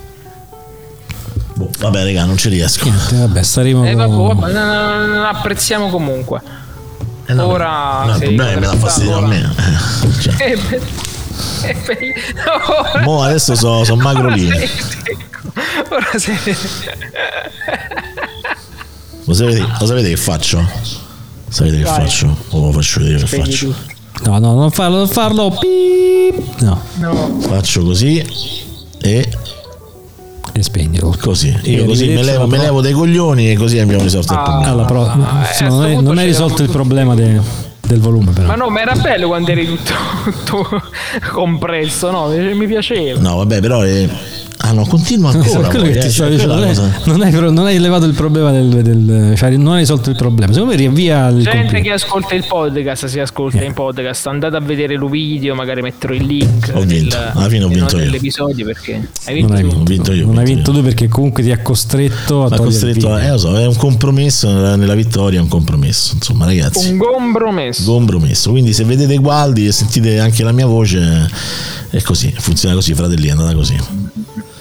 Boh, vabbè, raga, non ci riesco. Niente, vabbè, staremo. Eh, con... vabbè, vabbè, non, non apprezziamo comunque. Eh no, ora no, il problema è che mi dà fastidio a me. Cioè. È be- è be- ora... Mo adesso sono so magro lì. Ora sei... Lo sapete, lo sapete che faccio? Sapete che Vai. faccio? O lo faccio vedere che Spegni faccio? tu. No, no, non farlo, non farlo. Piip. No. No. Faccio così e E spegnilo. così. Io E così me levo, me levo dei coglioni e così abbiamo risolto il Ah. problema. Allora, però, no, Ah, sì, eh, a non, sto è, punto non è c'era risolto il tutto- problema de- del volume, però. Ma no, ma era bello quando eri tutto, tutto compresso, no? Mi piaceva. No, vabbè, però è... Ah no, continua ancora. Quello poi, che ti eh, stavo cioè, dicendo, quella non, cosa- è, non, hai, però- non hai levato il problema del, del cioè non hai risolto il problema. Secondo me riavvia il Gente computer. che ascolta il podcast, si ascolta Eh. in podcast, andate a vedere il video, magari metterò il link. Ho vinto. del- Alla fine ho del- vinto io. dell'episodio perché hai Non vinto hai tu. vinto, Ho vinto io, ho non hai vinto vinto io. tu perché comunque ti ha costretto a Ma togliere il costretto a, video. eh, lo so, è un compromesso nella, nella vittoria, è un compromesso, insomma, ragazzi. Un compromesso. Compromesso. Quindi se vedete Gualdi e sentite anche la mia voce, è così, funziona così, fratelli, è andata così.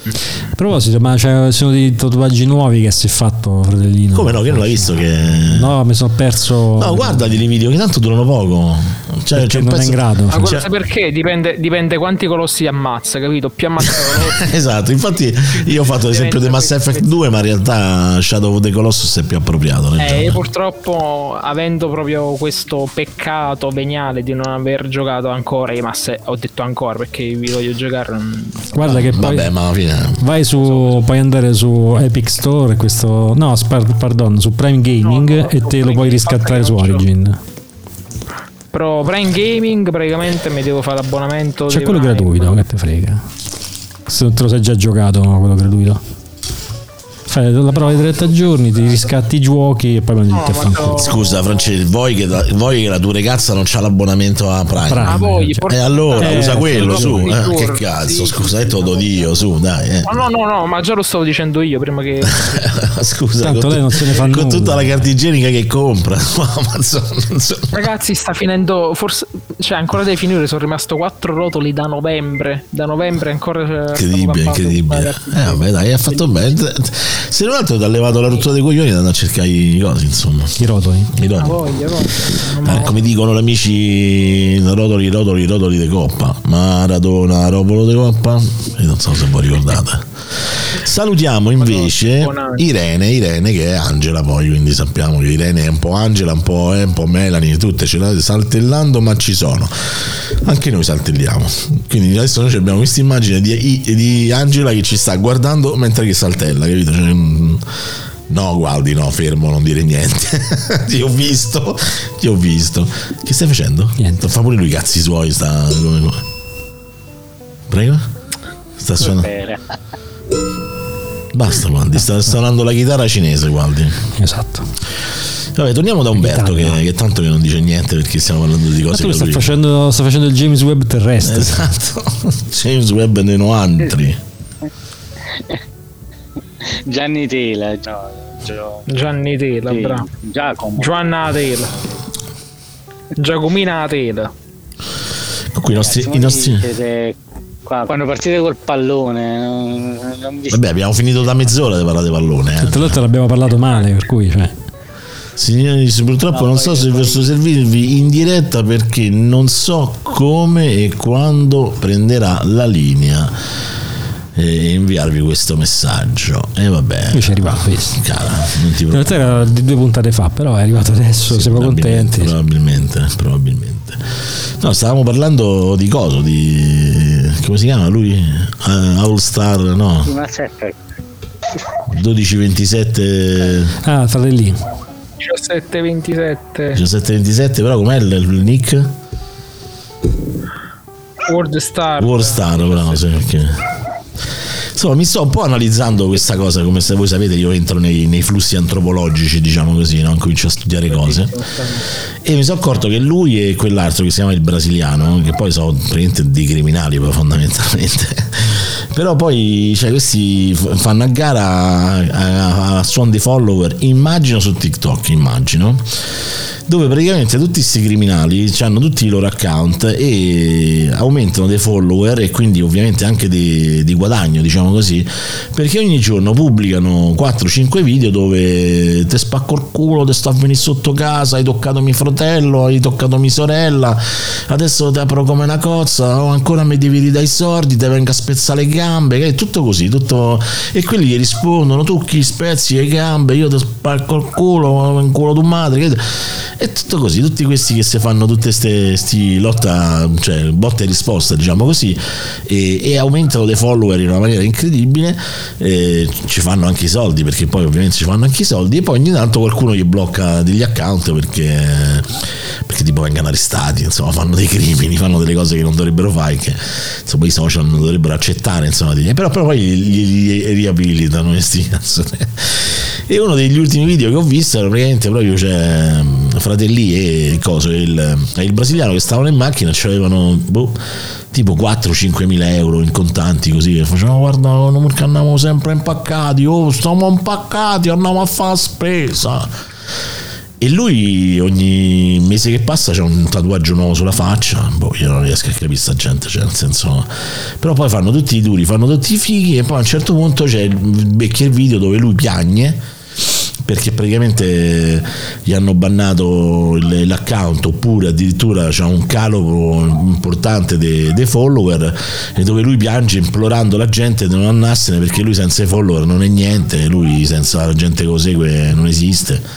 A proposito, ma ci sono dei tatuaggi nuovi che si è fatto, fratellino? Come no, che non l'hai visto che... No, mi sono perso. No, guardati i video che tanto durano poco. Cioè, c'è un non pezzo... è in grado. Ma Cioè... sai perché? Dipende, dipende quanti colossi ammazza, capito? Più ammazza colossi. Esatto, infatti io ho fatto l'esempio di Mass Effect due, ma in realtà Shadow of the Colossus è più appropriato nel Eh, gioco. purtroppo, avendo proprio questo peccato veniale di non aver giocato ancora i Mass Effect, ho detto ancora perché vi voglio giocare. Non... Guarda che poi Vabbè, ma alla fine... vai su, puoi andare su Epic Store, questo no, spar, pardon, su Prime Gaming No, no, e te lo puoi riscattare su Origin. Però Prime Gaming praticamente mi devo fare l'abbonamento. C'è di quello Prime. gratuito, che te frega. Se non te lo sei già giocato, no, quello gratuito. Fai la prova di trenta giorni, ti riscatti i giochi e poi mandi tutti a fanculo. Scusa Francesco, vuoi che, la, vuoi che la tua ragazza non c'ha l'abbonamento a Prime? Prime. Ah, voi, Cioè, E allora Eh, usa quello, su, sono eh, troppo che di cazzo, sì. scusa, hai te lo do io, su, dai. Eh. No, no, no, no, ma già lo stavo dicendo io prima che. Scusa, Tanto con, lei non se ne fa con nulla. tutta la carta igienica che compra. Amazon, insomma. Ragazzi, sta finendo. Forse. Cioè, ancora devi finire. Sono rimasto quattro rotoli da novembre. Da novembre ancora. Incredibile, incredibile. Eh vabbè, dai, ha fatto bene. Se non altro ti ha levato la rottura dei coglioni e andando a cercare i cosi, insomma. I rotoli. I rotoli. Voglia, voglia. Eh, come dicono gli amici, rotoli, rotoli, rotoli di coppa. Maradona, rotolo di coppa. Io non so se voi ricordate. Salutiamo invece Irene, Irene che è Angela poi, quindi sappiamo che Irene è un po' Angela, un po', eh, un po' Melanie, tutte ce l'avete saltellando, ma ci sono. Anche noi saltelliamo. Quindi adesso noi abbiamo questa immagine di, di Angela che ci sta guardando mentre che saltella, capito? Cioè, no, guardi, no, fermo, non dire niente. Ti ho visto, ti ho visto. Che stai facendo? Niente. Fa pure lui i cazzi suoi, sta... Prego? Sta suonando... Basta, guardi, sta suonando la chitarra cinese, guardi. Esatto. Vabbè, torniamo da Umberto che, che tanto che non dice niente perché stiamo parlando di Ma cose tu che sta lui... facendo, sta facendo il James Webb terrestre. Esatto. James Webb nei noantri. Gianni Tela, Gio, Gio, Gianni Tela, sì, bravo. Giacomo. Giovanna Tela. Giacomina Tela. Qui i nostri... I nostri... Siete qua, quando partite col pallone, non, non vi... Vabbè, abbiamo finito da mezz'ora di parlare di pallone. Eh. Tra l'altro l'abbiamo parlato male, per cui cioè. Signori, purtroppo No, non so se posso servirvi in diretta perché non so come e quando prenderà la linea e inviarvi questo messaggio. E vabbè. Lui ci è arrivato, visto. Cara, non ti In realtà preoccupare. era di due puntate fa, però è arrivato adesso, Sì, siamo probabilmente, contenti. Probabilmente, probabilmente. No, stavamo parlando di coso, di come si chiama lui? Uh, All Star, no? Una sette. dodici ventisette Ah, fratelli. diciassette ventisette. diciassette ventisette, però com'è il, il nick? World Star. World Star, però, sì, perché... Insomma, mi sto un po' analizzando questa cosa, come se voi sapete io entro nei, nei flussi antropologici, diciamo così, no? Comincio a studiare cose e mi sono accorto che lui e quell'altro che si chiama il brasiliano, che poi sono praticamente dei criminali poi, fondamentalmente, però poi cioè, questi fanno a gara a, a, a suon di follower, immagino su TikTok, immagino, dove praticamente tutti questi criminali hanno tutti i loro account e aumentano dei follower e quindi ovviamente anche di, di guadagno, diciamo così, perché ogni giorno pubblicano quattro cinque video dove te spacco il culo, te sto a venire sotto casa, hai toccato mio fratello, hai toccato mia sorella, adesso ti apro come una cozza, oh, ancora mi devi ridare i soldi, te vengo a spezzare le gambe, è tutto così, tutto... e quelli gli rispondono, tu chi spezzi le gambe, io ti spacco il culo, in culo tu madre, è tutto così, tutti questi che si fanno tutte queste lotta, cioè botta e risposta, diciamo così, e, e aumentano dei follower in una maniera incredibile, e ci fanno anche i soldi, perché poi ovviamente ci fanno anche i soldi, e poi ogni tanto qualcuno gli blocca degli account perché perché tipo vengano arrestati, insomma fanno dei crimini, fanno delle cose che non dovrebbero fare, che insomma i social non dovrebbero accettare, insomma, però, però poi li, li riabilitano questi cazzo. E uno degli ultimi video che ho visto era praticamente proprio, cioè, Fratelli e coso, il, il brasiliano che stavano in macchina, c'avevano boh, tipo quattro cinque mila euro in contanti, così, che facevano, guarda, non perché andiamo sempre impaccati, oh stiamo impaccati, andiamo a fare spesa. E lui ogni mese che passa c'ha un tatuaggio nuovo sulla faccia. Boh, io non riesco a capire sta gente, cioè nel senso. Però poi fanno tutti i duri, fanno tutti i fighi, e poi a un certo punto c'è becchi il video dove lui piagne perché praticamente gli hanno bannato l'account, oppure addirittura c'è un calo importante dei, dei follower, e dove lui piange implorando la gente di non andarsene, perché lui senza i follower non è niente, lui senza la gente che lo segue non esiste.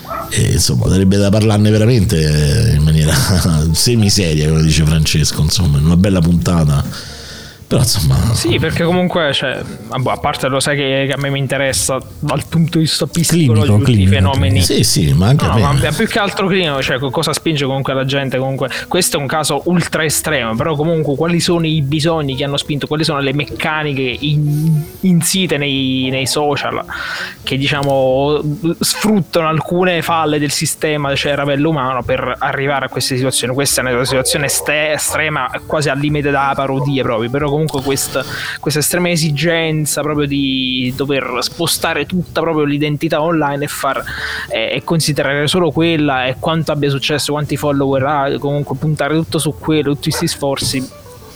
E insomma sarebbe da parlarne veramente in maniera semiseria, come dice Francesco, insomma, in una bella puntata. Però insomma sì, perché comunque cioè, a parte lo sai che a me mi interessa dal punto di vista psicologico i fenomeni, sì sì, ma anche no, a me. Ma più che altro clinico, cioè cosa spinge comunque la gente, comunque questo è un caso ultra estremo, però comunque quali sono i bisogni che hanno spinto, quali sono le meccaniche in, insite nei, nei social che diciamo sfruttano alcune falle del sistema del cervello umano per arrivare a queste situazioni. Questa è una situazione este- estrema, quasi al limite da parodie proprio, però comunque questa, questa estrema esigenza proprio di dover spostare tutta proprio l'identità online e far eh, e considerare solo quella, e quanto abbia successo, quanti follower ha, comunque puntare tutto su quello, tutti questi sforzi.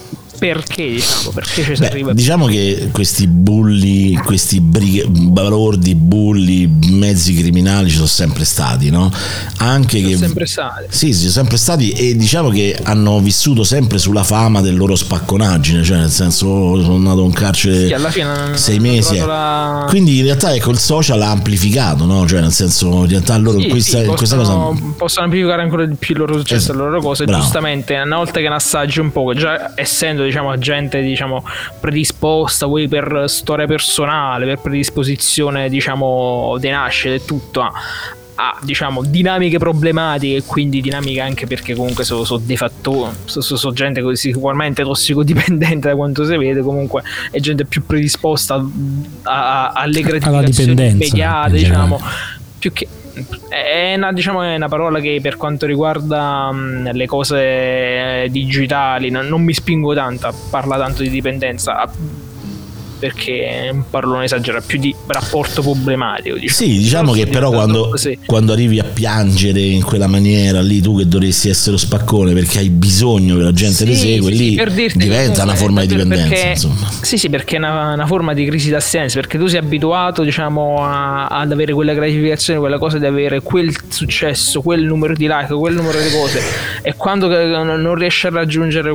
Perché diciamo perché ci si Beh, arriva? Diciamo che questi bulli, questi brig- balordi, bulli, mezzi criminali ci sono sempre stati, no? Anche sono che sempre stati. Sì, sì, sono sempre stati, e diciamo che hanno vissuto sempre sulla fama del loro spacconaggine, cioè nel senso sono andato in carcere sì, alla fine sei mesi. Eh. La... Quindi in realtà ecco il social ha amplificato, no? Cioè nel senso in realtà loro sì, questa, sì, questa possono, cosa possono amplificare ancora di più il loro successo e es- le loro cose. Bravo. Giustamente una volta che ne assaggi un po', già essendo diciamo gente diciamo predisposta, vuoi per storia personale, per predisposizione diciamo di nascita e tutto a, a diciamo dinamiche problematiche, e quindi dinamiche anche perché comunque sono so dei fattori, sono so, so gente sicuramente tossicodipendente da quanto si vede, comunque è gente più predisposta a, a, alle gratificazioni immediate, diciamo, più che è una, diciamo, è una parola che per quanto riguarda mh, le cose digitali non, non mi spingo tanto a parlare tanto di dipendenza, perché è un parolone esagerato, più di rapporto problematico, diciamo. Sì, diciamo che però quando, sì. quando arrivi a piangere in quella maniera lì, tu che dovresti essere lo spaccone perché hai bisogno che la gente sì, ti segue, sì, lì per dirti, diventa una forma di dipendenza, perché, insomma. Sì, sì, perché è una, una forma di crisi d'assenza, perché tu sei abituato, diciamo, a, ad avere quella gratificazione, quella cosa di avere quel successo, quel numero di like, quel numero di cose, e quando non riesci a raggiungere,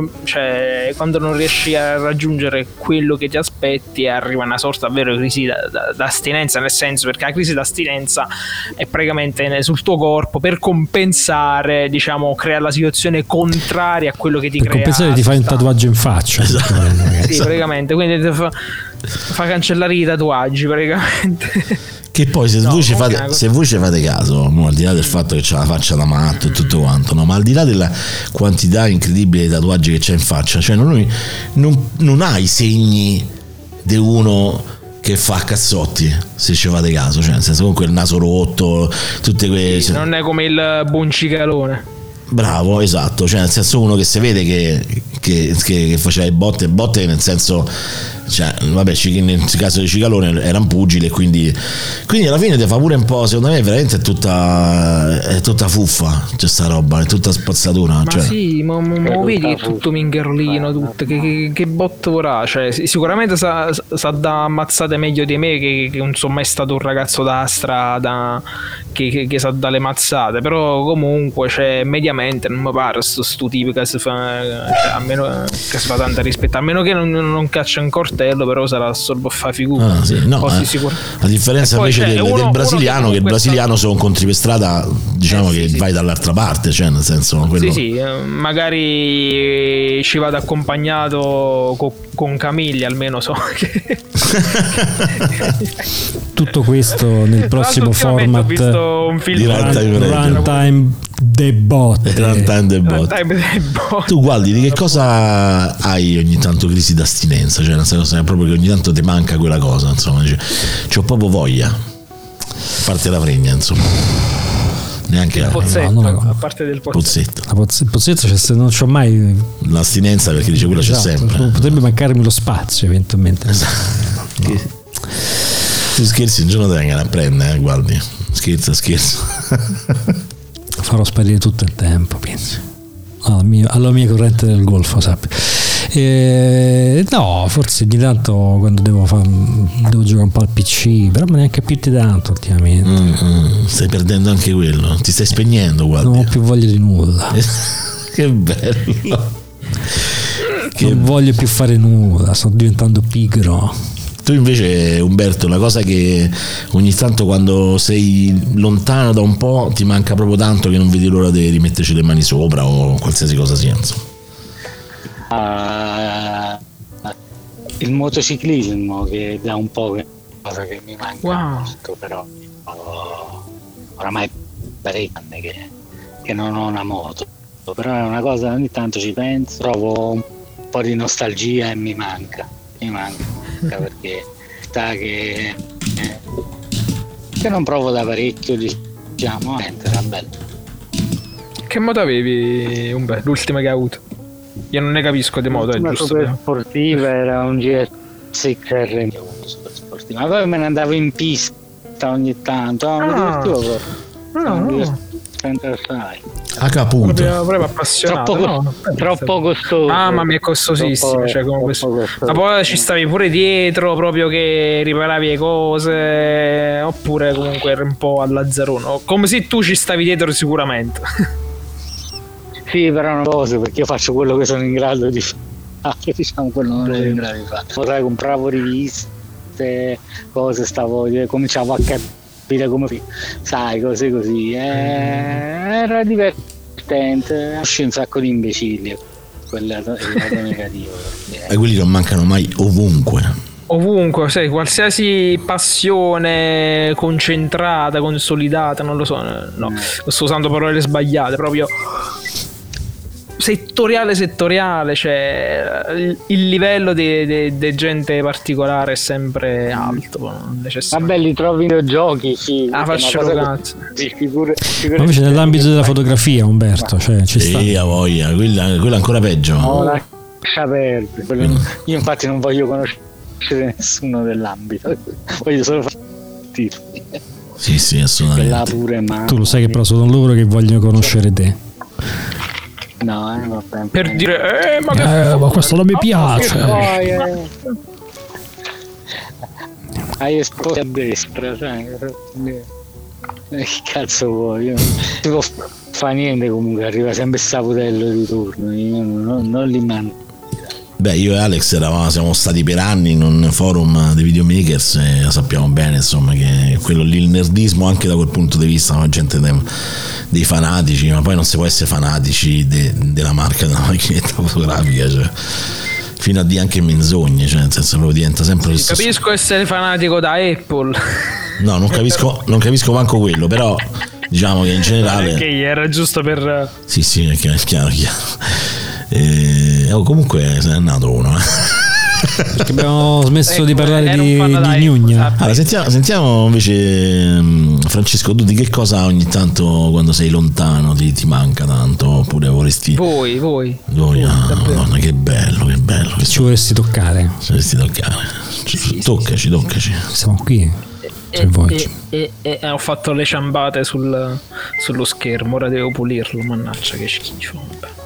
cioè quando non riesci a raggiungere quello che ti aspetti, e arriva una sorta davvero di crisi d'astinenza, nel senso, perché la crisi d'astinenza è praticamente sul tuo corpo per compensare, diciamo, crea la situazione contraria a quello che ti per crea. Per compensare ti fai un tatuaggio in faccia. Esatto. Sì, praticamente, quindi ti fa, fa cancellare i tatuaggi praticamente. Che poi se, no, voi, ci fate, cosa... se voi ci fate caso, no, al di là del fatto che c'ha la faccia da matto e tutto quanto, no, ma al di là della quantità incredibile di tatuaggi che c'è in faccia, cioè non, non, non ha i segni di uno che fa cazzotti, se ci fate caso, cioè nel senso comunque il naso rotto, tutte quelle, sì, non è come il buoncicalone. Bravo, esatto, cioè nel senso uno che si vede che, che, che, che faceva le botte botte nel senso, cioè vabbè, nel caso di Cicalone era un pugile, quindi quindi alla fine ti fa pure un po', secondo me veramente è tutta è tutta fuffa, c'è sta roba, è tutta spazzatura, ma cioè. sì, ma, ma vedi che è tutto mingerlino, tutto, che, che, che botto vorrà, cioè sicuramente sa, sa da ammazzate meglio di me, che, che non sono mai stato un ragazzo da strada che, che, che sa dalle mazzate, però comunque cioè mediamente non mi pare sto, sto tipo che si fa, cioè, a meno che si fa tanta rispetto, a meno che non, non caccia un cortello, però sarà solo per fare figura. Ah, sì. No, eh, a differenza invece del, uno, del brasiliano, che, che il brasiliano se lo incontri per strada, diciamo eh, che sì, vai sì. dall'altra parte, cioè nel senso quello... sì sì, magari ci vado accompagnato co, con Camiglia, almeno so che tutto questo nel prossimo format ho visto un film di Runtime The Bot. Runtime The Bot. Tu guardi, di che cosa hai ogni tanto crisi d'astinenza, cioè nel senso è proprio che ogni tanto ti manca quella cosa, insomma, cioè, c'ho proprio voglia, a parte la fregna, insomma, neanche il la pozzetto, no, a parte del pozzetto, la pozzetto, il pozzetto c'è, non c'ho mai l'astinenza, perché dice quella esatto, c'è sempre, potrebbe mancarmi lo spazio eventualmente. Esatto. No. Tu scherzi, un giorno te vengono a prendere, eh, guardi, Scherzo, scherzo. Farò sparire tutto il tempo, penso. Alla mia, alla mia corrente del golfo, sappi. Eh, no, forse ogni tanto quando devo fare, devo giocare un po' al P C, però neanche più di tanto ultimamente. Mm-hmm. Stai perdendo anche quello, ti stai spegnendo, guarda. Non ho più voglia di nulla. Che bello. Che... Non voglio più fare nulla, sto diventando pigro. Tu invece, Umberto, una cosa che ogni tanto quando sei lontano da un po' ti manca proprio tanto che non vedi l'ora di rimetterci le mani sopra o qualsiasi cosa sia, insomma. Uh, il motociclismo, che da un po' che cosa che mi manca wow. molto, però oh, oramai parecchi anni che, che non ho una moto, però è una cosa, ogni tanto ci penso, provo un po' di nostalgia e mi manca mi manca perché sta che eh, che non provo da parecchio, diciamo, eh, era bello. Che moto avevi, Umberto? L'ultima che hai avuto? Io non ne capisco di moto, è giusto? Super sportiva, era un G S X R, super sportiva, ma poi me ne andavo in pista ogni tanto, no, mi divertivo no, no. A caputo, proprio, proprio appassionato, troppo, no? troppo costoso. Ah, ma mi è costosissimo, troppo, cioè, come costoso. Ma poi ci stavi pure dietro, proprio che riparavi le cose, oppure comunque eri un po' all'azzarono, come se tu ci stavi dietro sicuramente. Sì, però non cose, perché io faccio quello che sono in grado di fare, diciamo, quello non ero in grado di fare. Sai, compravo riviste, cose, stavo, cominciavo a capire come, sai, cose così. Eh, era divertente, uscì un sacco di imbecilli, quello è il lato negativo. E quelli non mancano mai ovunque. Ovunque, sai, qualsiasi passione concentrata, consolidata, non lo so, no, sto usando parole sbagliate, proprio settoriale settoriale, cioè il livello di gente particolare è sempre alto, vabbè, li trovi nei giochi, sì, ah, faccio cazzo. Sicure, sicure ma invece nell'ambito della fotografia, Umberto, cioè ci sta. Sì, a voglia, quella, quella ancora peggio. No, lascia perdere. Mm. Io infatti non voglio conoscere nessuno dell'ambito, voglio solo fare tiro. Sì, sì, assolutamente. Pure, ma tu lo sai che però sono loro che vogliono conoscere te. No, eh, vabbè. Per dire, eh, ma, che eh, ma questo non mi piace. Poi, eh. Hai esposto a destra, sai? Che cazzo vuoi? Io non si può fare niente, comunque arriva sempre il saputello di turno, io non, non, non li mando. Beh, io e Alex eravamo, siamo stati per anni in un forum dei videomakers e sappiamo bene, insomma, che quello lì, il nerdismo anche da quel punto di vista, la gente dei, dei fanatici, ma poi non si può essere fanatici de, della marca della macchinetta fotografica, cioè fino a dire anche menzogne, cioè nel senso proprio diventa sempre sì, capisco essere fanatico da Apple. No, non capisco, non capisco manco quello, però diciamo che in generale che era giusto per sì sì è chiaro, è chiaro, è chiaro. E, oh, comunque se n'è nato uno, eh. Perché abbiamo smesso ecco, di parlare di, di gnugna. Allora, sentiamo, sentiamo invece, Francesco, tu di che cosa ogni tanto quando sei lontano ti, ti manca tanto, oppure vorresti voi voi voi, ah, Madonna, che bello, che bello che ci vorresti toccare ci vorresti toccare ci, sì, toccaci, sì, toccaci siamo qui e, e, e, e, e ho fatto le ciambate sul, sullo schermo, ora devo pulirlo, mannaggia che schifo.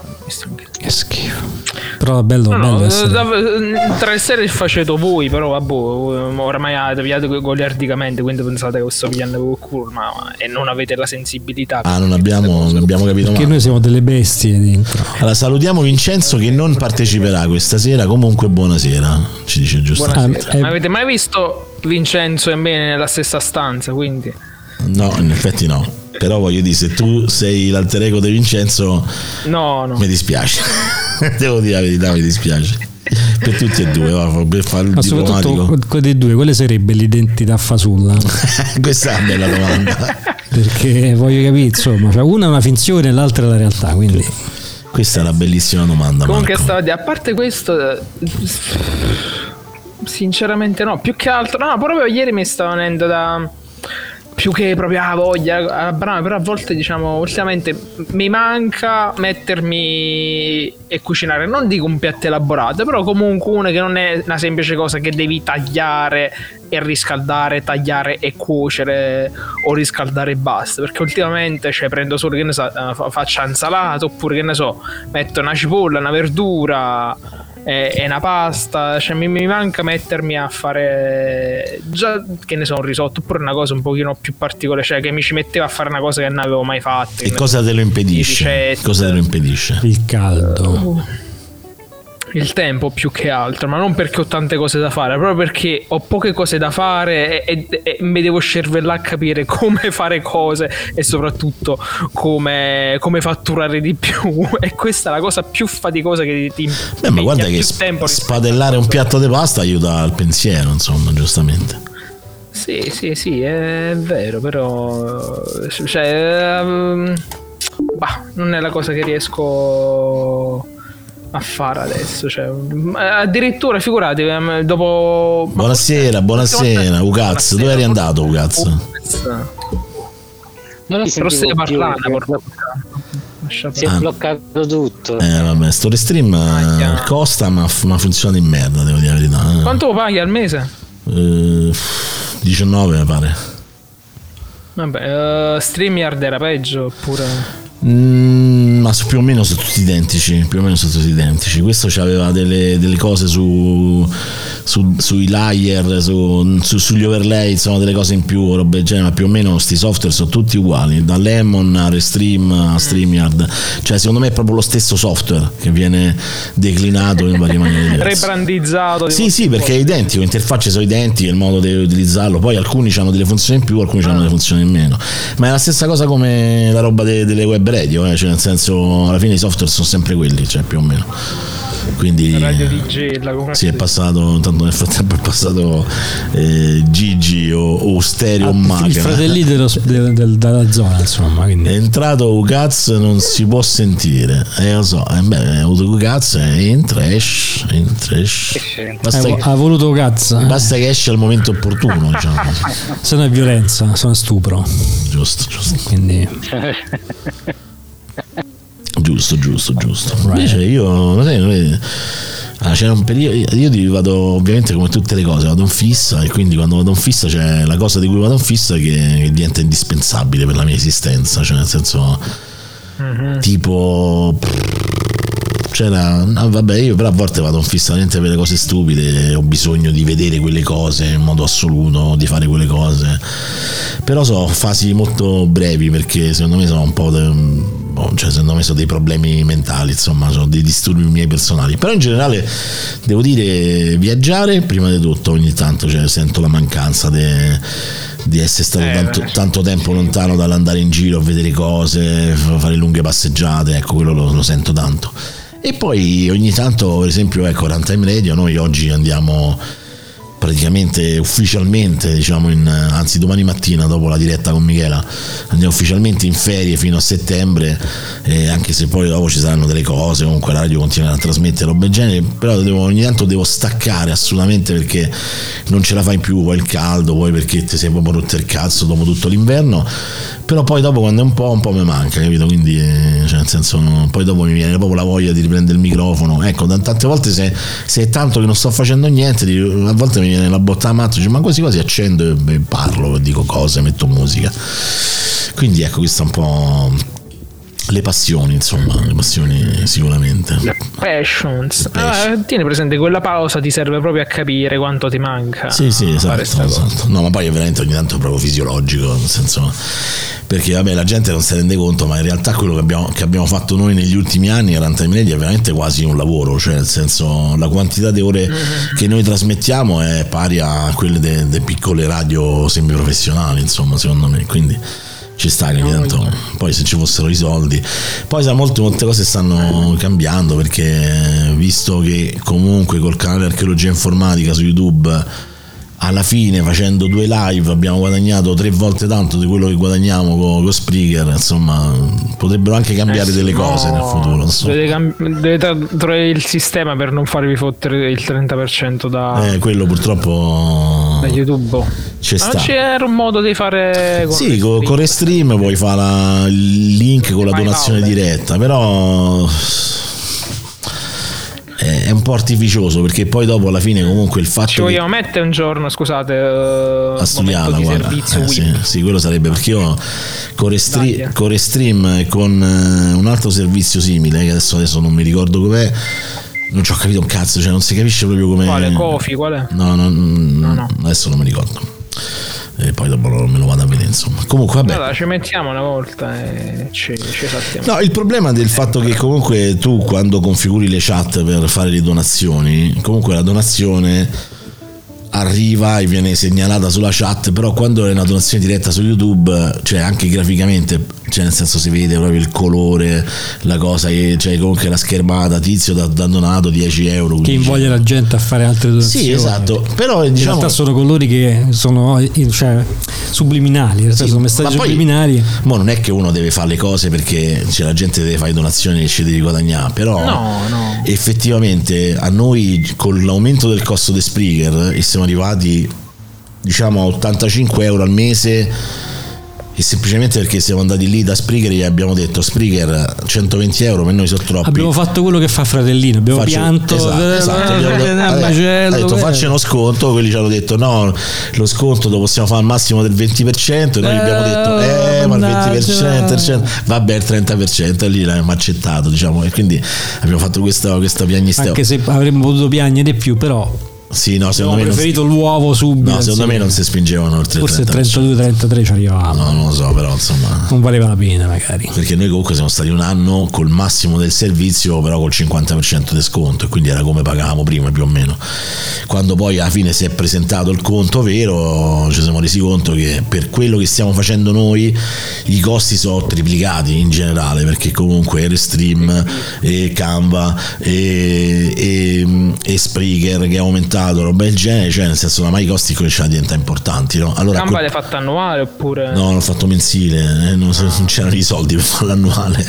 Che schifo. Però è bello, no, bello no, essere... tra le serie faceto voi, però vabbè, ormai avete pigliato goliardicamente, quindi pensate che sto pigliando col culo, ma e non avete la sensibilità. Ah, non abbiamo, non abbiamo capito perché male. Noi siamo delle bestie dentro. Allora salutiamo Vincenzo che non parteciperà questa sera, comunque buonasera, ci dice giustamente. Ah, eh, ma avete mai visto Vincenzo e me nella stessa stanza, quindi? No, in effetti no. Però voglio dire, se tu sei l'alter ego di Vincenzo, no, no, mi dispiace. Devo dire la verità, mi dispiace per tutti e due, va, per fare il ma diplomatico. soprattutto quelli dei due, quale sarebbe l'identità fasulla? Questa è una bella domanda. Perché voglio capire, insomma, cioè una è una finzione e l'altra è la realtà, quindi questa è una bellissima domanda. Comunque Marco. stavo, a parte questo, sinceramente no, più che altro, no, proprio ieri mi stava venendo da più che proprio ah, voglia, ah, bravo, però a volte diciamo ultimamente mi manca mettermi e cucinare, non dico un piatto elaborato, però comunque una che non è una semplice cosa che devi tagliare e riscaldare, tagliare e cuocere o riscaldare e basta, perché ultimamente cioè prendo solo, che ne so, faccio insalata, oppure che ne so, metto una cipolla, una verdura e, e una pasta, cioè mi, mi manca mettermi a fare già, che ne so, un risotto, oppure una cosa un pochino più particolare, cioè che mi ci metteva a fare una cosa che non avevo mai fatto. E cosa te lo impedisce? Cosa te lo impedisce? Il caldo. Uh, il tempo più che altro, ma non perché ho tante cose da fare, proprio perché ho poche cose da fare e, e, e mi devo scervellare a capire come fare cose e soprattutto come, come fatturare di più. E questa è la cosa più faticosa che ti Beh, ma guarda che sp- spadellare un piatto di pasta aiuta al pensiero, insomma, giustamente. Sì, sì, sì, è vero, però cioè um, bah, non è la cosa che riesco a fare adesso, cioè, addirittura figurati dopo. Buonasera, buonasera Ugaz, dove eri andato Ugaz? Non però stai parlando, si è ah. bloccato tutto. Eh vabbè, sto restream ah, costa ma, ma funziona in merda, devo dire la verità. Quanto lo paghi al mese? Eh, diciannove mi pare. Vabbè, uh, StreamYard era peggio oppure? Mm, ma più o meno sono tutti identici, più o meno sono tutti identici. Questo c'aveva delle, delle cose su, su sui layer, su, su, sugli overlay, insomma delle cose in più, robe del genere, ma più o meno sti software sono tutti uguali, da Lemon a Restream a StreamYard. Cioè secondo me è proprio lo stesso software che viene declinato in varie maniere diverse. Rebrandizzato. Sì, sì, perché è identico, le interfacce sono identiche, il modo di utilizzarlo. Poi alcuni hanno delle funzioni in più, alcuni ah. hanno delle funzioni in meno. Ma è la stessa cosa come la roba de, delle web radio, eh? Cioè nel senso alla fine i software sono sempre quelli, cioè più o meno. Quindi Radio D J, la sì, è passato, tanto nel frattempo è passato eh, Gigi o, o Stereo ah, Macchina, il fratellino dello, del, del, della zona, insomma. Quindi. È entrato Ugaz, non si può sentire, eh lo so, eh, beh, è avuto Ugaz, entra, esce, entra, esce. Basta ha, che, ha voluto Ugaz. Basta che esce al momento opportuno, diciamo. Se no è violenza, sono stupro. Giusto, giusto. Quindi giusto, giusto, giusto. Right. Invece io non sai, ah, c'era un periodo, io vado ovviamente come tutte le cose, vado in fissa, e quindi quando vado in fissa c'è la cosa di cui vado in fissa che, che diventa indispensabile per la mia esistenza, cioè nel senso mm-hmm. tipo c'era, no, vabbè, io però a volte vado in fissa veramente per le cose stupide, ho bisogno di vedere quelle cose in modo assoluto, di fare quelle cose, però sono fasi molto brevi perché secondo me sono un po' de, cioè secondo me sono dei problemi mentali, insomma sono dei disturbi miei personali, però in generale devo dire viaggiare prima di tutto, ogni tanto cioè, sento la mancanza de, di essere stato eh, tanto, tanto tempo lontano dall'andare in giro a vedere cose, fare lunghe passeggiate, ecco quello lo, lo sento tanto. E poi ogni tanto, per esempio, ecco, Runtime Radio, noi oggi andiamo praticamente ufficialmente, diciamo in, anzi domani mattina dopo la diretta con Michela andiamo ufficialmente in ferie fino a settembre, eh, anche se poi dopo ci saranno delle cose, comunque la radio continuerà a trasmettere roba del genere, però devo, ogni tanto devo staccare assolutamente perché non ce la fai più, poi il caldo, poi perché ti sei proprio rotto il cazzo dopo tutto l'inverno, però poi dopo quando è un po' un po' mi manca, capito? Quindi cioè nel senso poi dopo mi viene proprio la voglia di riprendere il microfono, ecco, tante volte se, se è tanto che non sto facendo niente, a volte mi viene la botta a matto, dice, ma quasi quasi accendo e parlo, dico cose, metto musica, quindi ecco, questo è un po' le passioni, insomma, le passioni sicuramente. Le passions. Ah, tieni presente, quella pausa ti serve proprio a capire quanto ti manca. Sì, sì, esatto, esatto. No, ma poi è veramente ogni tanto proprio fisiologico, nel senso, perché vabbè la gente non si rende conto, ma in realtà quello che abbiamo, che abbiamo fatto noi negli ultimi anni a Runtime Radio è veramente quasi un lavoro, cioè nel senso la quantità di ore mm-hmm. che noi trasmettiamo è pari a quelle delle piccole radio semiprofessionali, insomma, secondo me, quindi ci sta che ogni tanto, poi se ci fossero i soldi, poi sa, molte, molte cose stanno cambiando, perché visto che comunque col canale Archeologia Informatica su YouTube alla fine facendo due live abbiamo guadagnato tre volte tanto di quello che guadagniamo con, con Spreaker, insomma potrebbero anche cambiare eh, delle no, cose nel futuro, insomma. Deve, cambi- deve trovare il sistema per non farvi fottere il trenta per cento da eh quello purtroppo da YouTube. C'è Ma sta. non c'era un modo di fare con Sì, con, con Restream puoi fare la, il link con la Fai donazione Paolo. diretta, però è, è un po' artificioso, perché poi dopo alla fine comunque il fatto Ci che vogliamo mettere un giorno, scusate, uh, a studiarla, momento di guarda. servizio Eh, sì, Wii. sì, quello sarebbe, perché io con, Restri- Dai. con Restream e con eh, un altro servizio simile, che adesso, adesso non mi ricordo com'è, non ci ho capito un cazzo, cioè non si capisce proprio come. Quale? Kofi? Qual è? No, no, No, no. adesso non mi ricordo. E poi dopo me lo vado a vedere, insomma. Comunque vabbè. Allora, ci mettiamo una volta e ci, ci saltiamo. No, il problema del fatto che comunque tu quando configuri le chat per fare le donazioni, comunque la donazione arriva e viene segnalata sulla chat, però quando è una donazione diretta su YouTube, cioè anche graficamente, cioè nel senso si vede proprio il colore, la cosa che, cioè comunque la schermata, tizio da, da donato dieci euro, Che invoglia la gente a fare altre donazioni. sì, esatto, però In diciamo realtà sono colori che sono cioè, subliminali, nel senso, sono messaggi ma poi, subliminali. mo non è che uno deve fare le cose perché cioè, la gente deve fare donazioni e ci devi guadagnare, però No, no. effettivamente a noi con l'aumento del costo di Spreaker e siamo arrivati diciamo a ottantacinque euro al mese, e semplicemente perché siamo andati lì da Spreaker e gli abbiamo detto: Spreaker centoventi euro per noi sono troppi, Abbiamo fatto quello che fa Fratellino, abbiamo Faccio- pianto, esatto, esatto, eh, abbiamo detto, eh, vabbè, macello, ha detto eh. facci uno sconto, quelli ci hanno detto no, lo sconto lo possiamo fare al massimo del venti per cento, e noi gli abbiamo detto eh ma il venti per cento, per cento, vabbè il trenta per cento, e lì l'abbiamo accettato, diciamo, e quindi abbiamo fatto questa, questa piagnisteo. Anche se avremmo potuto piagnere di più, però Sì, no, secondo abbiamo me non preferito l'uovo subito. no, secondo sì. me non si spingevano oltre il Forse trenta per cento. trentadue trentatré ci arrivavamo. No, non lo so, però insomma, Non valeva la pena magari. perché noi comunque siamo stati un anno col massimo del servizio, però col cinquanta per cento di sconto, e quindi era come pagavamo prima più o meno. Quando poi alla fine si è presentato il conto vero, ci siamo resi conto che per quello che stiamo facendo noi i costi sono triplicati in generale, perché comunque Restream e Canva e, e, e Spreaker che è aumentato, roba del genere, cioè nel senso ormai i costi cominciano a diventare importanti, no? Allora Gamba quel- l'hai fatta annuale oppure? No, l'ho fatto mensile, eh, non, non c'erano i soldi per farlo annuale.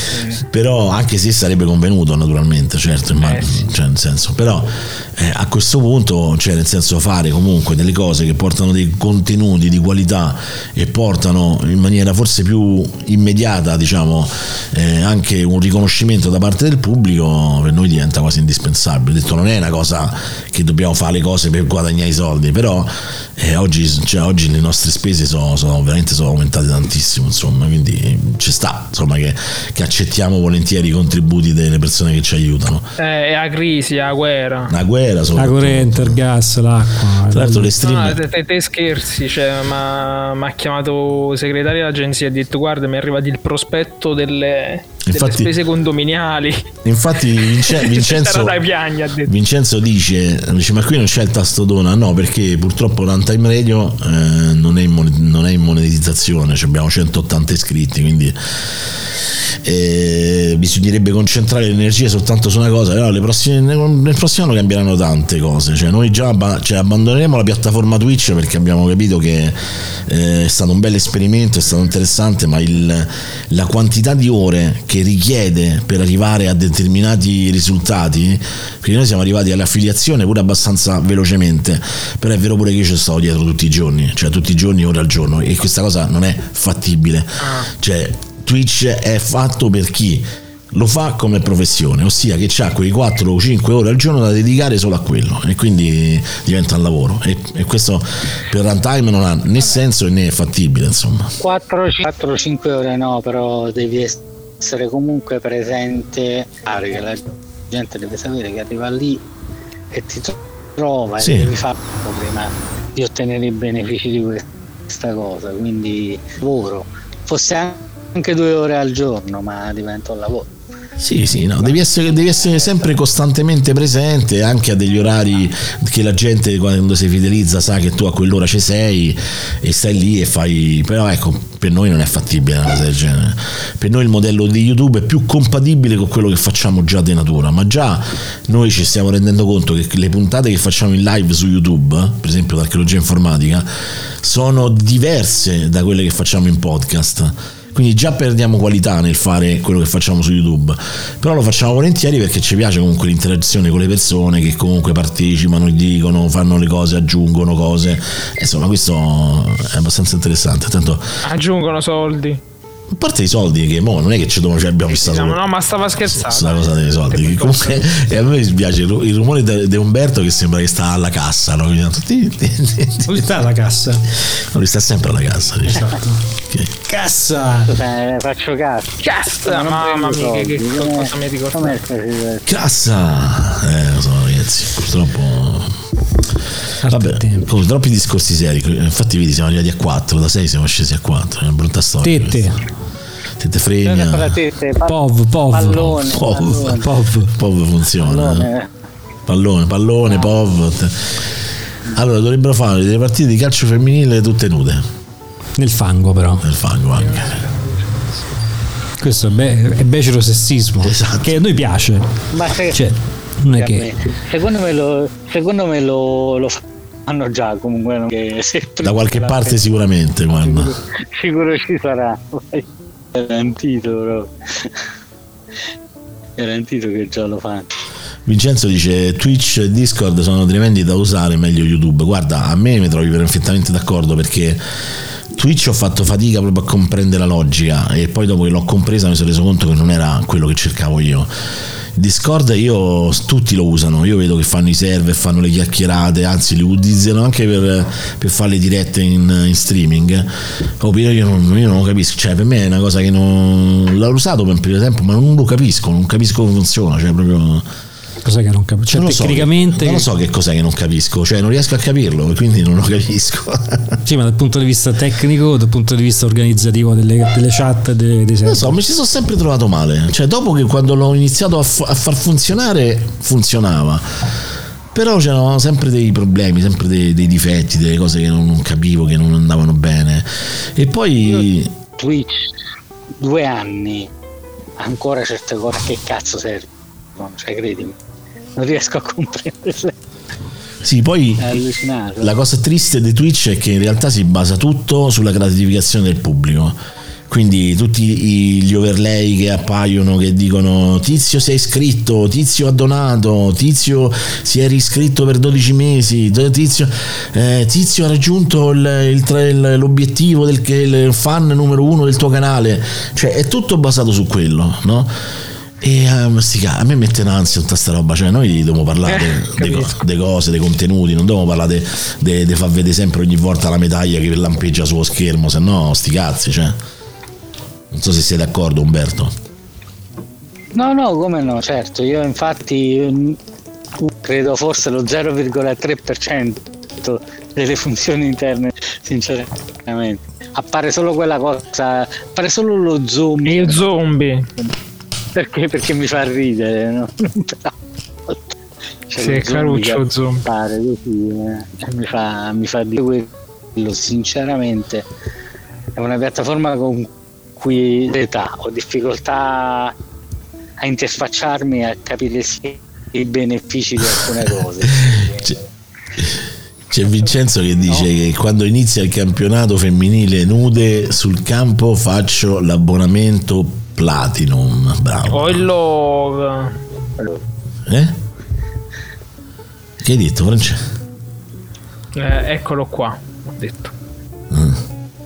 Però anche se sarebbe convenuto naturalmente, certo, immagino, Eh, sì. cioè nel senso, però eh, a questo punto, cioè nel senso fare comunque delle cose che portano dei contenuti di qualità e portano in maniera forse più immediata, diciamo, eh, anche un riconoscimento da parte del pubblico, per noi diventa quasi indispensabile. Ho detto, non è una cosa che dobbiamo fare le cose per guadagnare i soldi, però eh, oggi, cioè, oggi le nostre spese sono, sono veramente sono aumentate tantissimo, insomma, quindi ci sta, insomma, che, che accettiamo volentieri i contributi delle persone che ci aiutano. Eh, è la crisi, la guerra. La guerra, La soprattutto. corrente, il gas, l'acqua. Tra l'altro le stream, No, te, te- te scherzi, cioè, ma mi ha chiamato il segretario dell'agenzia e ha detto: guarda, mi è arrivato il prospetto delle, delle Infatti- spese condominiali. infatti Vince- Vincenzo, C'era da piangere, ha detto. Vincenzo dice, dice ma qui non c'è il tasto dona, no, perché purtroppo Runtime Radio eh, non, è in mon- non è in monetizzazione, cioè abbiamo centottanta iscritti, quindi eh, bisognerebbe concentrare le energie soltanto su una cosa, però le prossime, nel prossimo anno cambieranno tante cose, cioè noi già abba- cioè, abbandoneremo la piattaforma Twitch perché abbiamo capito che eh, è stato un bel esperimento, è stato interessante, ma il, la quantità di ore che richiede per arrivare a determinati risultati, perché noi siamo arrivati all'affiliazione pure abbastanza velocemente, però è vero pure che io ci sto dietro tutti i giorni, cioè tutti i giorni, ore al giorno, e questa cosa non è fattibile. Cioè Twitch è fatto per chi lo fa come professione, ossia che ha quei quattro o cinque ore al giorno da dedicare solo a quello, e quindi diventa un lavoro, e, e questo per Runtime non ha né senso né è fattibile, insomma. quattro cinque ore no, però devi essere comunque presente, che la gente deve sapere che arriva lì e ti trova, Sì. e devi farlo prima di ottenere i benefici di questa cosa, quindi lavoro, fosse anche due ore al giorno, ma diventa un lavoro. Sì, sì, no, devi essere, devi essere sempre costantemente presente, anche a degli orari che la gente, quando si fidelizza, sa che tu a quell'ora ci sei e stai lì e fai. Però ecco, per noi non è fattibile una cosa del genere. Per noi il modello di YouTube è più compatibile con quello che facciamo già di natura, ma già noi ci stiamo rendendo conto che le puntate che facciamo in live su YouTube, per esempio l'Archeologia Informatica, sono diverse da quelle che facciamo in podcast. quindi già perdiamo qualità nel fare quello che facciamo su YouTube, però lo facciamo volentieri perché ci piace comunque l'interazione con le persone che comunque partecipano, dicono, fanno le cose, aggiungono cose, e insomma questo è abbastanza interessante. Tanto aggiungono soldi, a parte i soldi, che mo non è che ci dobbiamo, cioè abbiamo visto no, no, ma stava scherzando sulla cosa dei soldi, che comunque, e a me mi spiace il rumore di Umberto che sembra che sta alla cassa, no? Dove sta la cassa? Non sta sempre alla cassa, diciamo. Okay. Cassa, eh, faccio cassa cassa, mamma mia, che, che cosa mi ricordo. Cassa, eh lo so ragazzi, purtroppo vabbè, comunque, troppi discorsi seri, infatti vedi siamo arrivati a quattro, da sei siamo scesi a quattro, è una brutta storia. Tette Tette fregna, pov pov pallone, pov pov pov funziona, pallone pallone, pallone pov. Allora dovrebbero fare delle partite di calcio femminile tutte nude nel fango, però nel fango anche. Questo è, be- è becero sessismo, esatto, che a noi piace, ma se, cioè non è che secondo me lo secondo me lo, lo fanno già comunque, non che se da qualche parte penso, sicuramente guarda. Sicuro, sicuro ci sarà, garantito però. Garantito che già lo fanno. Vincenzo dice Twitch e Discord sono tremendi da usare, meglio YouTube. Guarda, a me mi trovi perfettamente d'accordo, perché Twitch ho fatto fatica proprio a comprendere la logica, e poi dopo che l'ho compresa mi sono reso conto che non era quello che cercavo io. Discord io tutti lo usano, io vedo che fanno i server, fanno le chiacchierate, anzi li utilizzano anche per, per fare le dirette in, in streaming. Oh, io, non, io non lo capisco, cioè per me è una cosa che non l'ho usato per un periodo di tempo, ma non lo capisco, non capisco come funziona, cioè proprio cos'è che non capisco, cioè, non tecnicamente so, non lo so che cos'è che non capisco, cioè non riesco a capirlo, quindi non lo capisco. Sì, ma dal punto di vista tecnico, dal punto di vista organizzativo delle, delle chat, dei, dei non lo so, mi ci sono sempre trovato male, cioè dopo che quando l'ho iniziato a, f- a far funzionare funzionava, però c'erano sempre dei problemi, sempre dei, dei difetti, delle cose che non, non capivo, che non andavano bene. E poi io, Twitch due anni ancora certe cose che cazzo serve, cioè credimi, non riesco a comprenderle. Sì, poi la cosa triste di Twitch è che in realtà si basa tutto sulla gratificazione del pubblico, quindi tutti gli overlay che appaiono che dicono Tizio si è iscritto, Tizio ha donato, Tizio si è riscritto per dodici mesi, Tizio, eh, Tizio ha raggiunto il, il, l'obiettivo del il fan numero uno del tuo canale, cioè è tutto basato su quello, no? E um, a me mette in ansia tutta sta roba, cioè noi dobbiamo parlare eh, delle de cose, dei contenuti, non dobbiamo parlare di de, far vedere sempre ogni volta la medaglia che lampeggia sullo schermo, se no sti cazzi, cioè. Non so se sei d'accordo, Umberto. No, no, come no, certo, io infatti credo forse lo zero virgola tre per cento delle funzioni interne, sinceramente. Appare solo quella cosa, appare solo lo zombie. Il zombie. Perché? Perché mi fa ridere, no? Cioè, sì, è caruccio zombie. Pare così, eh. mi fa mi fa dire quello, sinceramente è una piattaforma con cui l'età ho difficoltà a interfacciarmi e a capire i benefici di alcune cose. C'è, c'è Vincenzo che dice no? che quando inizia il campionato femminile nude sul campo faccio l'abbonamento Platinum, bravo. Oh, il love. Eh? Che hai detto, Francesco? Eh, eccolo qua, ho detto. Mm.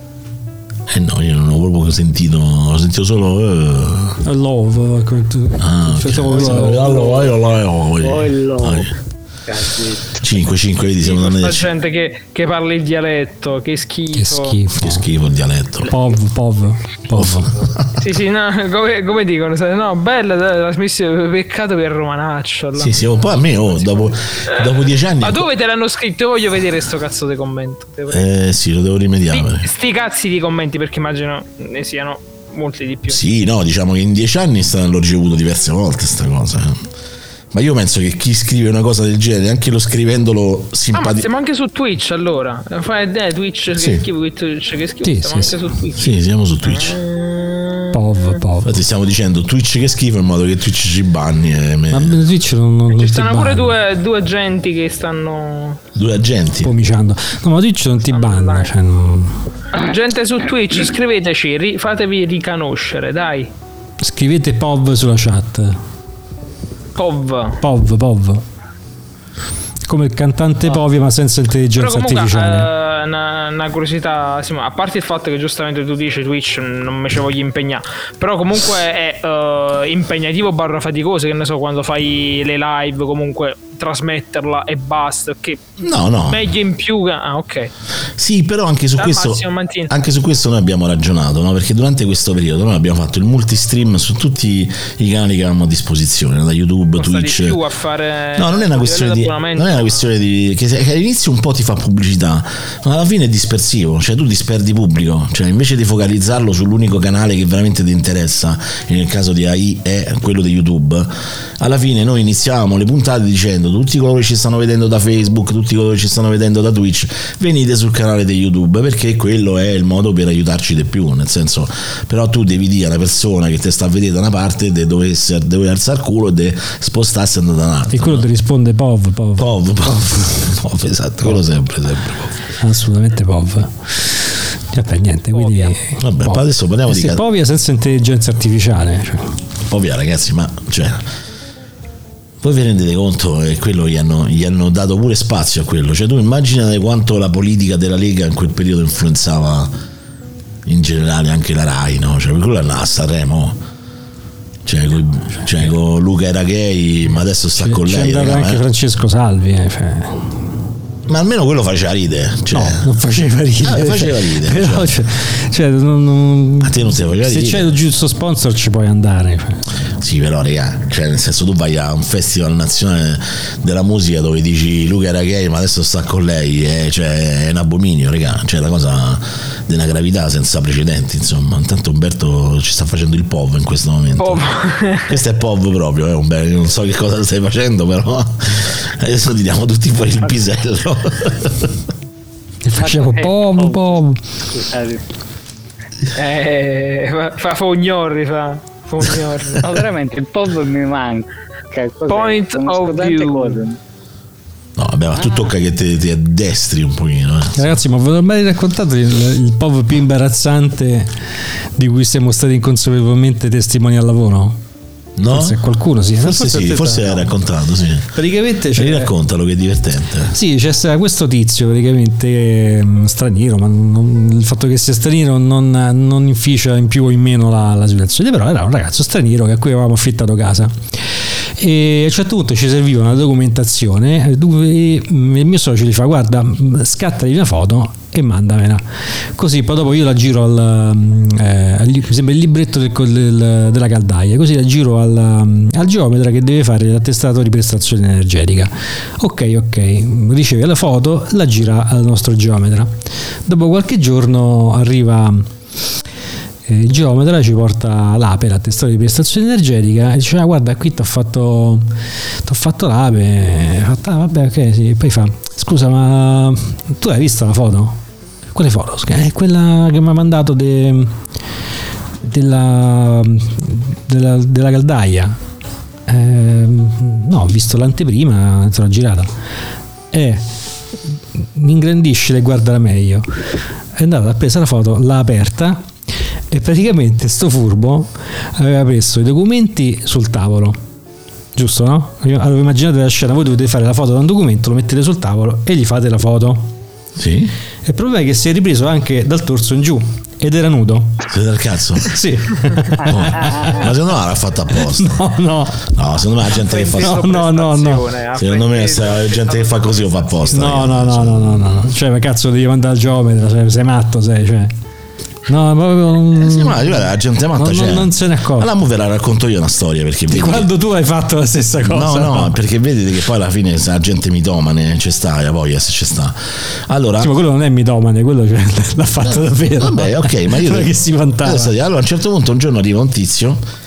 Eh no, io non ho proprio sentito, ho sentito solo uh... love. Ah, okay. Allora, io love. cinque cinque vedi, siamo andati. C'è gente che, che parla il dialetto, che schifo. Che schifo. Che schifo il dialetto. Pov, pov, pov. Sì, sì, no, come, come dicono, no, bella la trasmissione, peccato per romanaccio. Sì, sì, oh, poi a me oh, dopo, dopo dieci anni. Ma dove te l'hanno scritto? Io voglio vedere sto cazzo di commento. Eh sì, lo devo rimediare. Sti, sti cazzi di commenti, perché immagino ne siano molti di più. Sì, no, diciamo che in dieci anni l'ho ricevuto diverse volte sta cosa. Ma io penso che chi scrive una cosa del genere, anche lo scrivendolo simpatico. Ah, ma siamo anche su Twitch allora. Fai eh, Twitch che sì. scrivo, Twitch che scrivo. Sì, siamo sì, anche sì. su Twitch. Sì, siamo su Twitch. Uh... Pov, Pov. Infatti stiamo dicendo Twitch che schifo in modo che Twitch ci banni. E me... Ma Twitch non, non ci stanno pure due, due agenti che stanno due agenti pomiciando. No, ma Twitch non ti banna, cioè non... Gente su Twitch, scriveteci, ri- fatevi riconoscere, dai. Scrivete Pov sulla chat. Pov. Pov, Pov. Come il cantante Povia ma senza intelligenza Però comunque, artificiale. Uh, una, una curiosità, Simo, a parte il fatto che giustamente tu dici Twitch non me ci voglio impegnare, però comunque è uh, impegnativo barra faticoso, che ne so, quando fai le live comunque trasmetterla e basta, che no no meglio in più che... ah ok sì, però anche su Dal questo anche su questo noi abbiamo ragionato, no? Perché durante questo periodo noi abbiamo fatto il multistream su tutti i canali che avevamo a disposizione, da YouTube, costa Twitch. Di più a fare no non è una questione di non è una questione di che, che all'inizio un po' ti fa pubblicità, ma alla fine è dispersivo, cioè tu disperdi pubblico, cioè invece di focalizzarlo sull'unico canale che veramente ti interessa, e nel caso di A I è quello di YouTube, alla fine noi iniziavamo le puntate dicendo tutti coloro che ci stanno vedendo da Facebook, tutti coloro che ci stanno vedendo da Twitch, venite sul canale di YouTube, perché quello è il modo per aiutarci di più, nel senso, però tu devi dire alla persona che ti sta a vedere da una parte de dove, dove alzare il culo e de spostarsi da un'altra. E quello no? ti risponde Pov, Pov. Pov, Pov, Pov, esatto, quello sempre, sempre Pov. Assolutamente Pov. Vabbè, niente, quindi vabbè, Pov. adesso parliamo eh di Povia senza intelligenza artificiale, cioè. Povia, ragazzi, ma cioè voi vi rendete conto che quello gli hanno, gli hanno dato pure spazio a quello, cioè tu immaginate quanto la politica della Lega in quel periodo influenzava in generale anche la Rai, no? Cioè quello andava a Sanremo, cioè, con, cioè con Luca era gay ma adesso sta c'è, con lei, c'è andato raga, anche eh? Francesco Salvi, eh, cioè. Ma almeno quello faceva ridere, cioè. No, non faceva ridere, ah, faceva ridere, però, cioè. cioè, cioè, non, non... a te non ti faceva se ridere, c'è il giusto sponsor ci puoi andare, cioè. Sì, però raga, cioè nel senso tu vai a un festival nazionale della musica dove dici Luca era gay ma adesso sta con lei, eh, cioè è un abominio, raga, cioè una cosa di una gravità senza precedenti, insomma. Intanto Umberto ci sta facendo il Pov in questo momento. Pov. Questo è Pov proprio, eh, Umberto, non so che cosa stai facendo, però adesso ti diamo tutti fuori il pisello. E facciamo Pov, Pov. Scusate. Eh, fa, fa fognorri, fa fognorri. No, veramente il Pov mi manca. Cos'è? Point of view. Cose. No, vabbè, ma tu tocca che ti, ti addestri un pochino. Eh. Ragazzi, ma vi ho mai raccontato il, il Pov più imbarazzante di cui siamo stati inconsapevolmente testimoni al lavoro? No? Forse qualcuno sì. Forse, forse sì, forse l'hai raccontato, sì. Praticamente cioè, raccontalo che è divertente. Sì, c'è stato questo tizio praticamente eh, straniero, ma non, il fatto che sia straniero non, non inficia in più o in meno la, la situazione, però era un ragazzo straniero che a cui avevamo affittato casa. E a un certo punto ci serviva una documentazione dove il mio socio gli fa: guarda, scattali una foto e mandamela, così poi dopo io la giro al, eh, al mi sembra il libretto del, del, della caldaia, così la giro al, al geometra che deve fare l'attestato di prestazione energetica. Ok, ok, riceve la foto, la gira al nostro geometra. Dopo qualche giorno arriva il geometra, ci porta l'Ape, l'attestato di prestazione energetica, e dice: ah, guarda, qui ti ho fatto t'ho fatto l'Ape. Fatta, ah, vabbè, ok, sì. Poi fa: scusa, ma tu hai visto la foto? Quale foto? È quella che mi ha mandato de, della, della, della caldaia. Eh, no, ho visto l'anteprima, te l'ho girata. Eh, mi ingrandisce e guardala meglio. È andata, ha preso la foto, l'ha aperta e praticamente sto furbo aveva messo i documenti sul tavolo, giusto, no? Allora immaginate la scena: voi dovete fare la foto da un documento, lo mettete sul tavolo e gli fate la foto. Sì. Il problema è che si è ripreso anche dal torso in giù ed era nudo. Sei dal cazzo? Sì. No. Ma secondo me l'ha fatto apposta. No, no. No, secondo me la gente che fa No, no, no, no. Secondo me la gente che fa così lo fa apposta. No, no, no, no, no, no. Cioè, ma cazzo devi mandare al geometra, cioè, sei matto, sei, cioè. No, proprio eh sì, ma la gente matta non, c'è. Non, non se ne accorge. Allora ve la racconto io una storia, perché di vedi quando che... tu hai fatto la stessa cosa. No, no, perché vedete che poi alla fine la gente mitomane c'è sta, la voglia se c'è sta. Allora, sì, ma quello non è mitomane, quello cioè, l'ha fatto davvero. Vabbè, ok, ma io che si vantava. Allora a un certo punto un giorno arriva un tizio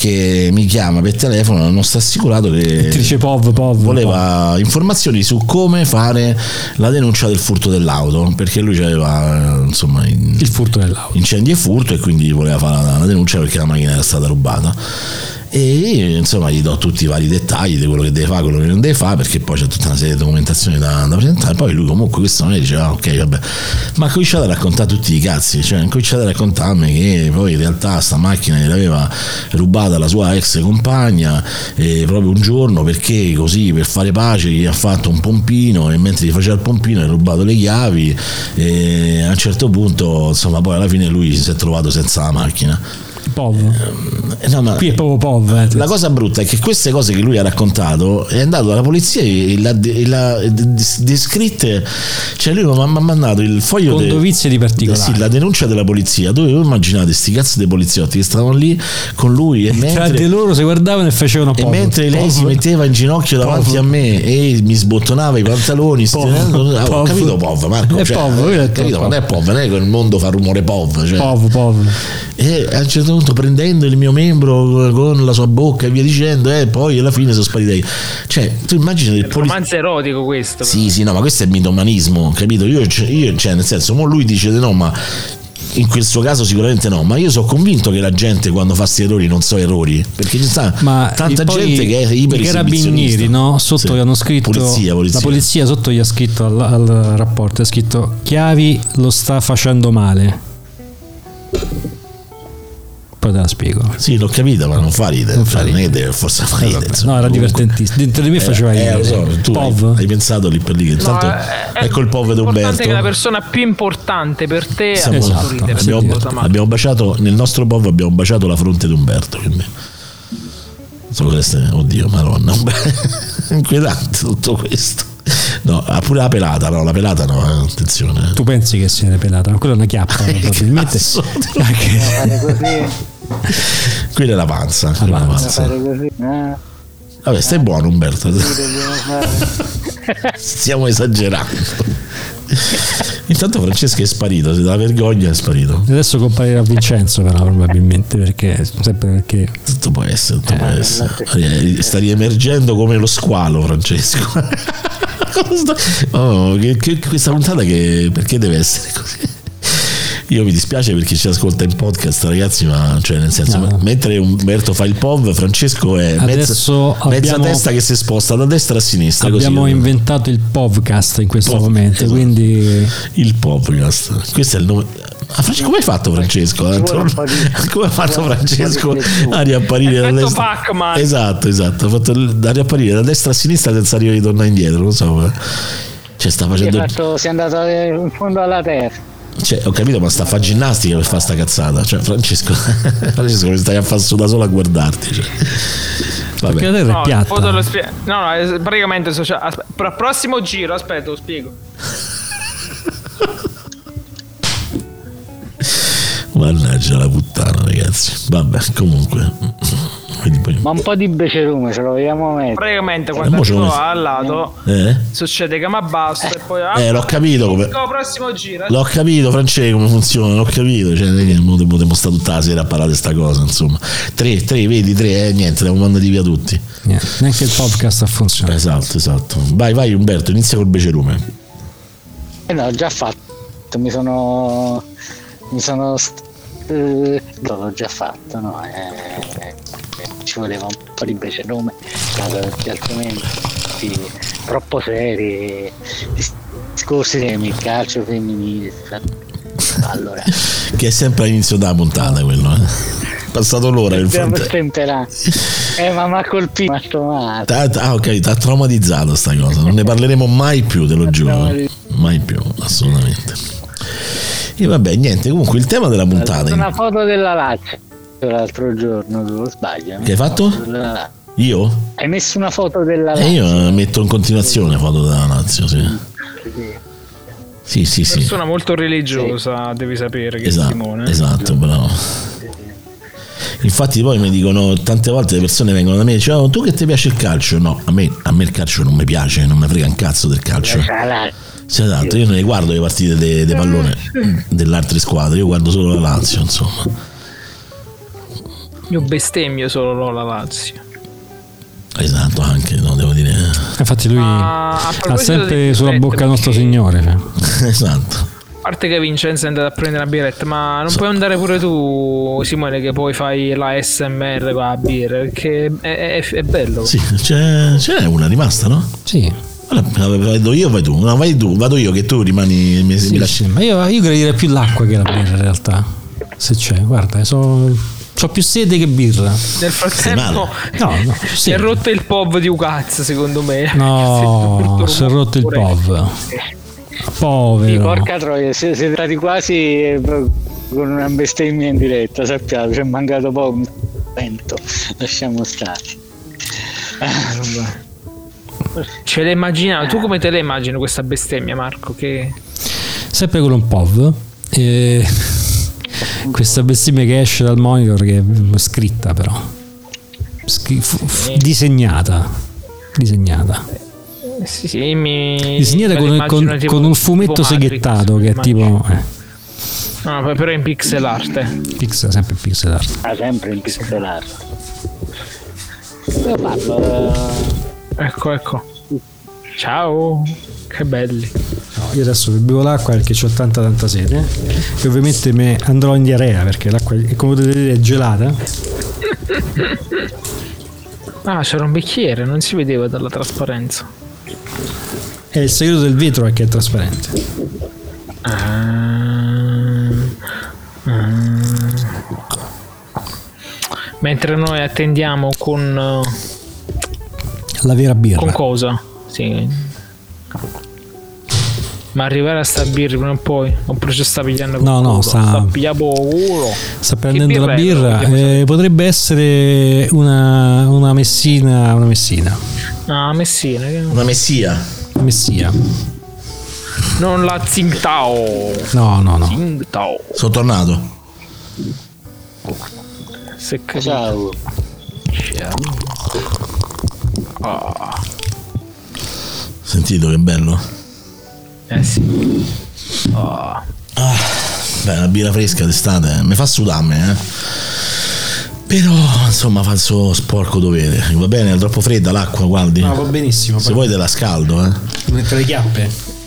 che mi chiama per telefono, non sta assicurato che ti dice pov, pov, voleva pov. informazioni su come fare la denuncia del furto dell'auto, perché lui aveva insomma in, il furto dell'auto, incendi e furto, e quindi voleva fare la, la denuncia perché la macchina era stata rubata. E io, insomma, gli do tutti i vari dettagli di quello che deve fare, quello che non deve fare, perché poi c'è tutta una serie di documentazioni da, da presentare. Poi lui comunque questo non è, diceva ah, ok vabbè, ma ha cominciato a raccontare tutti i cazzi, cioè ha cominciato a raccontarmi che poi in realtà sta macchina gliel'aveva rubata la sua ex compagna, e proprio un giorno perché così per fare pace gli ha fatto un pompino, e mentre gli faceva il pompino gli ha rubato le chiavi, e a un certo punto insomma poi alla fine lui si è trovato senza la macchina. Pov. Eh, no, ma qui è proprio pov, eh. La cosa brutta è che queste cose che lui ha raccontato è andato dalla polizia e l'ha, e l'ha descritte, cioè lui mi ha mandato il foglio con de, dovizie di particolari, sì, la denuncia della polizia, dove voi immaginate sti cazzi dei poliziotti che stavano lì con lui, e mentre, tra di loro si guardavano e facevano pov, e mentre lei pov, si metteva in ginocchio davanti pov. a me e mi sbottonava i pantaloni, Pov. tenendo, ah, ho Pov. capito pov Marco, è cioè, pov, io ho detto capito, pov. non è pov, non è che il mondo fa rumore pov, cioè. pov, pov. E a un certo punto prendendo il mio membro con la sua bocca e via dicendo, e eh, poi alla fine sono spariti. Cioè tu immagini il un romanzo erotico questo, sì sì no, ma questo è mitomanismo, capito? Io, io cioè nel senso, mo lui dice di no, ma in questo caso sicuramente no, ma io sono convinto che la gente quando fa questi errori non so errori, perché ci sta ma tanta gente che è iper i carabinieri, no? Sotto sì. gli hanno scritto polizia, polizia. la polizia sotto gli ha scritto al, al rapporto, ha scritto Chiavi lo sta facendo male. Poi te la spiego. Sì, l'ho capito, ma non fa ridere, non fa cioè, ridere. non è che forse fa ridere, Eh, no, era divertentissimo. Dentro di me faceva eh, ridere. eh, lo so, tu hai, Pov. hai pensato lì per lì che intanto No, è, ecco il pov è d'Umberto. importante che la persona più importante per te Siamo- ha fatto esatto, ridere, abbiamo, sì, cosa male. abbiamo baciato nel nostro pov, abbiamo baciato la fronte di Umberto, quindi so queste, oddio madonna, inquietante tutto questo. No, pure la pelata, no, la pelata no, eh, attenzione. Tu pensi che sia pelata, ma quella è una chiappa probabilmente. Cazzo, Anche- Fare così, quella è la panza, quella è la panza. panza. fare così. Eh, Vabbè, stai buono Umberto, dobbiamo fare. stiamo esagerando. Intanto Francesco è sparito, dalla vergogna è sparito. Adesso comparirà Vincenzo però probabilmente, perché sempre perché Tutto può essere, tutto Eh, può essere. Sta riemergendo come lo squalo, Francesco. Oh, che, che, questa puntata che perché deve essere così? Io mi dispiace perché ci ascolta in podcast, ragazzi, ma cioè nel senso, No. mentre Umberto fa il pov, Francesco è mezza, Adesso mezza abbiamo- testa che si sposta da destra a sinistra. abbiamo così. inventato il podcast in questo Pov, momento, esatto. quindi Il podcast. Questo è il nome. Ah, Francesco, come hai fatto Francesco? Ci vuole un po' di- Come ha fatto ci vuole un po' di Francesco flessione. a riapparire da Effetto destra? Pac-Man. Esatto, esatto. Ha fatto il- da riapparire da destra a sinistra senza ritornare indietro. Non so. ma- Cioè, sta Si è facendo. fatto, si è andato in fondo alla terra. Cioè, ho capito, ma sta a fare ginnastica per fare sta cazzata. Cioè, Francesco, Francesco, mi stai a fare su da solo a guardarti. Cioè. Vabbè. perché la terra No, è piatta. foto lo spie- no, no, è praticamente socia- aspe- pro- prossimo giro, aspetta, lo spiego. Mannaggia la puttana, ragazzi. Vabbè, comunque. Quindi poi- Ma un po' di becerume ce lo vogliamo mettere. Praticamente mo quando ce lo arrivo messo. al lato Eh? succede che mi abbasso e poi Eh, l'ho capito come. Ecco, prossimo giro. L'ho capito, Francesco, come funziona, l'ho capito. Cioè, non è che mo potremmo stare tutta la sera a parlare di sta cosa, insomma. Tre, tre, vedi, tre, eh, niente, abbiamo mandati via tutti. Niente, neanche il podcast ha funzionato. Esatto, esatto. Vai, vai Umberto, inizia col becerume. Eh no, ho già fatto. Mi sono. Mi sono. st- eh, no, l'ho già fatto, no? Eh, eh, ci voleva un po' di becerume, perché altrimenti sì, troppo seri. Discorsi del calcio femminile. Allora. Che è sempre all'inizio della puntata quello, eh. Passato l'ora nel Dobbiamo frattempo. stemperare. Eh, ma mi ha colpito, mi ha tomato. Ah, ah, ok, ti ha traumatizzato sta cosa. Non ne parleremo mai più, te lo giuro. Mai più, assolutamente. E vabbè, niente, comunque il tema della Ho puntata. una foto della Lazio l'altro giorno, tu lo sbaglio. Che hai fatto? Della Lazio. Io? Hai messo una foto della E Lazio? io metto in continuazione foto della Lazio, sì. Sì. Sì, sì, sì. Persona molto religiosa, devi sapere che Esatto, Simone. esatto, bravo. Infatti poi mi dicono tante volte le persone vengono da me e dicono oh, tu che ti piace il calcio? No, a me, a me il calcio non mi piace, non mi frega un cazzo del calcio. La Lazio. Sì, esatto, io non le guardo le partite de, de pallone delle altre squadre, io guardo solo la Lazio, insomma. Io bestemmio solo no, la Lazio. Esatto, anche, no, devo dire. Infatti lui Ah, a ha proposito sempre di sulla birrette, bocca nostro perché- Signore. cioè. Esatto. A parte che Vincenzo è andato a prendere una birretta, ma non puoi andare pure tu, Simone, che poi fai la S M R con la birra, perché è, è- è bello. Sì, c'è, c'è una rimasta, no? Sì, Allora, vado io o vai tu? No, vai tu, vado io che tu rimani, mi, sì, mi lasci. sì, ma io, io gradirei più l'acqua che la birra in realtà. Se c'è, guarda, so, c'ho più sede che birra. Nel frattempo male. No, no, si sì. è rotto il P O V di Ucaz, secondo me. No, si è rotto il P O V. Sì, Povero. porca troia, siete siete stati quasi eh, con una bestemmia in diretta, sappiate, ci è mancato poco, mi spento, lasciamo stare. Ah, vabbè. Ce l'hai immaginato? Tu come te la immagini questa bestemmia, Marco? Che Sempre con un P O V. E questa bestemmia che esce dal monitor, che è scritta però. Scri- f- f- disegnata. Disegnata. sì, sì, mi Disegnata me con, l'immagino con- tipo- con un fumetto tipo Matrix, seghettato che è immagino. tipo. Eh, No, però in pixel art. eh. pixel, sempre pixel art. Ah, sempre in pixel art. Io parlo eh, Ecco, ecco. Ciao. Che belli. No, io adesso bevo l'acqua perché ho tanta tanta sete e ovviamente me andrò in diarrea perché l'acqua, come potete vedere, è gelata. Ah, c'era un bicchiere, non si vedeva dalla trasparenza. E il segreto del vetro è che è trasparente. Ah, ah. Mentre noi attendiamo con La vera birra. con cosa? Sì. Ma arrivare a sta birra prima o poi? Oppure ci sta pigliando No, no, culo? sta- sta pigliando culo. Sta prendendo la birra è? birra. Vediamo se- eh, potrebbe essere una, una messina. Una messina. Ah, Messina. che- Una messia. Messia. Non la Tsingtao. No, no, no. Tsingtao. Sono tornato. Se capito. ciao. Ah, Sentito che bello? eh sì. Ah. Beh, una birra fresca d'estate eh. mi fa sudare, eh. Però insomma fa il suo sporco dovere. Va bene, è troppo fredda l'acqua, guardi. No, va benissimo. Se vuoi te la scaldo, eh. Mettere le chiappe.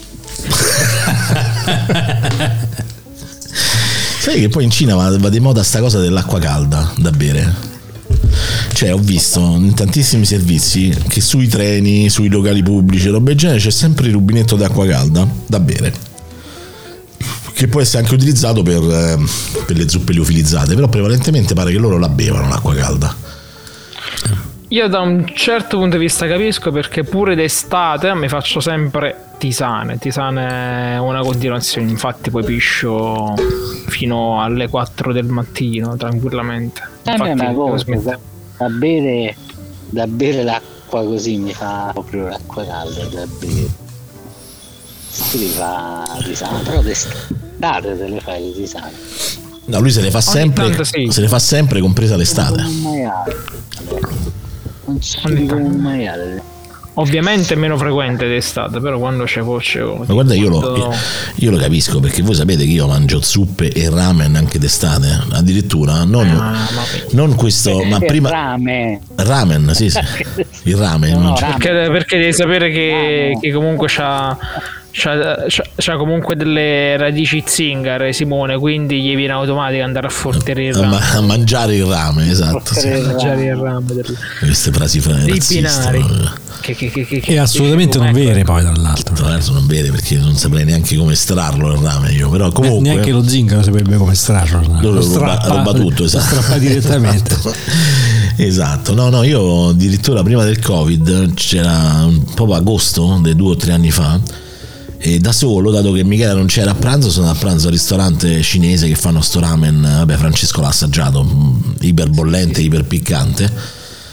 Sai che poi in Cina va, va di moda sta cosa dell'acqua calda da bere. Cioè ho visto in tantissimi servizi che sui treni, sui locali pubblici, roba del genere, c'è sempre il rubinetto d'acqua calda da bere, che può essere anche utilizzato per, eh, per le zuppe liofilizzate, però prevalentemente pare che loro la bevano l'acqua calda. Io da un certo punto di vista capisco, perché pure d'estate mi faccio sempre tisane. Tisane è una continuazione, infatti poi piscio fino alle quattro del mattino tranquillamente. A me è Infatti, una devo cosa, smettere. da, da bere da bere l'acqua così mi fa proprio l'acqua calda da bere. Si li fa tisane, però d'estate te le fai le tisane. No, lui se le fa sempre, tanto sì. se le fa sempre, compresa l'estate. Non maiale. Non ci Ogni dico tanto. un maiale. Ovviamente è meno frequente d'estate, però quando c'è voce. Ma guarda, io lo, quando- io lo capisco, perché voi sapete che io mangio zuppe e ramen anche d'estate, addirittura non, Ah, ma- non questo, ma Che prima rame. ramen, sì, sì, il ramen. No, non no, c'è- ramen. Perché, perché devi sapere che, Ah, no. che comunque c'ha, c'ha, c'ha, c'ha comunque delle radici zingare, Simone, quindi gli viene automatico andare a fottere il a, rame. ma- a mangiare il ramen, esatto. Sì. Fottere il Mangiare il rame del- Queste frasi fra- dei razziste, binari. no? Che, che, che, che, E assolutamente non vere poi, tra l'altro. Tra l'altro non vede, perché non saprei neanche come estrarlo il ramen io, però comunque Neanche lo zingaro saprebbe come estrarlo. loro Lo ruba, strappa- ruba tutto, lo esatto. strappa direttamente. Esatto, no, no, io addirittura prima del Covid, c'era un po' agosto, dei due o tre anni fa, e da solo, dato che Michele non c'era a pranzo, sono andato a pranzo al ristorante cinese che fanno sto ramen, vabbè, Francesco l'ha assaggiato, mh, iper bollente, iper piccante,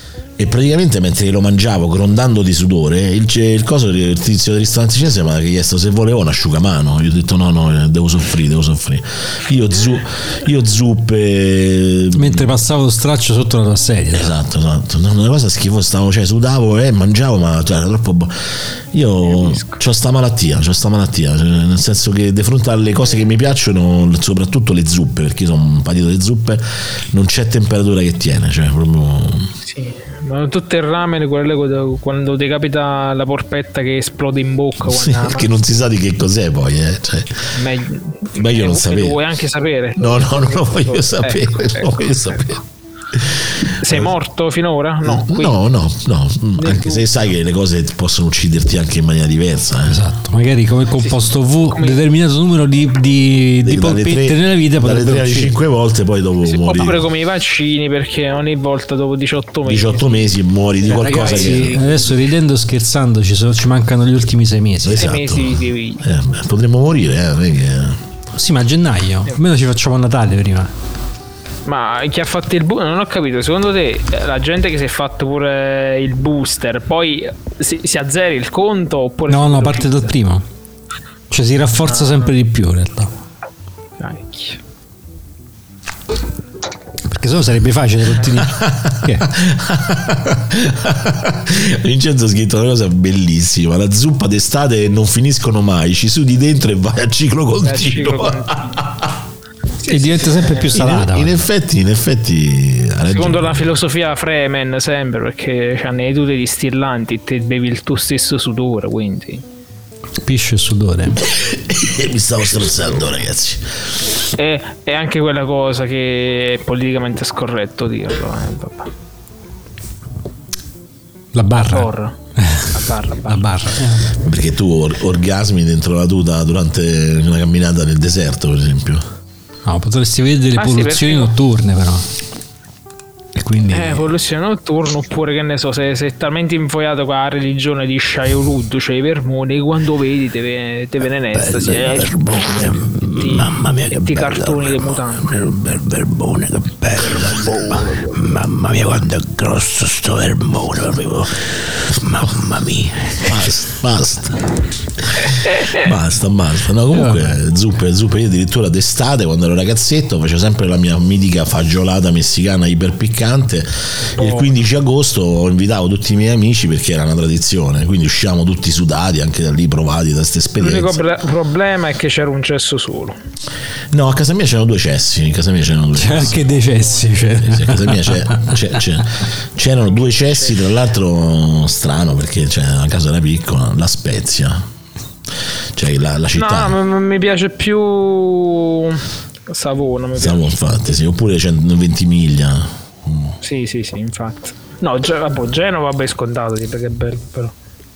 e praticamente mentre lo mangiavo grondando di sudore, il, il coso il tizio del ristorante cinese mi ha chiesto se volevo un asciugamano. Io ho detto no no, devo soffrire, devo soffrire. Io, zu, io zuppe mentre passavo lo straccio sotto la tua sedia. Esatto, esatto. Una cosa schifosa, stavo, cioè sudavo e mangiavo, ma cioè, era troppo buono. Io ho sta malattia, c'ho sta malattia, cioè, nel senso che di fronte alle cose che mi piacciono, soprattutto le zuppe, perché io sono un patito di zuppe, non c'è temperatura che tiene, cioè proprio. Sì, ma tutto il ramen, quello quando ti capita la porpetta che esplode in bocca, sì, che non si sa di che cos'è poi, eh. Cioè, meglio, meglio non sapere. Lo vuoi anche sapere? No, no, non lo voglio sapere, ecco, non ecco, lo voglio ecco. sapere. Sei morto finora? No, no, no, no, anche se sai che le cose possono ucciderti anche in maniera diversa. Eh. Esatto, magari come composto V, come... determinato numero di, di, di polpette tre, nella vita, dalle tre alle cinque volte, poi dopo si muori. Oppure come i vaccini, perché ogni volta dopo diciotto mesi diciotto mesi muori di qualcosa. Ragazzi, che adesso ridendo scherzando ci, sono, ci mancano gli ultimi sei mesi. Esatto. sei mesi di vita. Eh, potremmo morire, eh, perché... Sì, ma a gennaio, almeno ci facciamo a Natale prima. Ma chi ha fatto il booster? Non ho capito, secondo te la gente che si è fatto pure il booster poi si, si azzeri il conto oppure no no parte dal primo, cioè si rafforza ah, sempre di più in realtà, cacchio. Perché sennò sarebbe facile continuare. Vincenzo ha scritto una cosa bellissima: la zuppa d'estate non finiscono mai, ci sudi dentro e vai a ciclo continuo, ciclo continuo. E diventa sempre più salata. In, in effetti, in effetti secondo la filosofia Fremen, sempre, perché hanno le tute distillanti, te bevi il tuo stesso sudore, quindi piscio e sudore. Mi stavo strozzando, ragazzi. E, e anche quella cosa che è politicamente scorretto dirlo, eh, vabbè. La barra. La barra, barra. La barra. Perché tu or- orgasmi dentro la tuta durante una camminata nel deserto, per esempio. No, potresti vedere le ah, poluzioni sì, notturne, però. E quindi. Eh, poluzione notturna, oppure che ne so, se sei talmente infoiato con la religione di Shaiolud, cioè i vermoni, quando vedi te, te ve ne estasi. Eh, mamma mia, che ti bello, cartoni dei mutanti. Un bel verbone, che bello. Mamma mia, quanto è grosso sto verbone, proprio. Mamma mia. Basta, basta. Basta, basta. No, comunque, zuppe, zuppe. Io addirittura d'estate, quando ero ragazzetto, facevo sempre la mia mitica fagiolata messicana iperpiccante. Oh. Il quindici agosto invitavo tutti i miei amici perché era una tradizione. Quindi usciamo tutti sudati, anche da lì provati da queste esperienze. L'unico pre- problema è che c'era un cesso solo. No, a casa mia c'erano due cessi. In casa mia c'erano due c'è cessi. Anche dei cessi. Cioè. Sì, sì, a casa mia c'è, c'è, c'è. c'erano due cessi, tra l'altro strano perché cioè, la casa era piccola, La Spezia. Cioè la, la città. No, m- mi piace più Savona. Mi Savona, infatti, sì. Oppure Ventimiglia. Mm. Sì, sì, sì, infatti. No, Ge- vabbè, Genova, vabbè, scontato, perché è bello, però.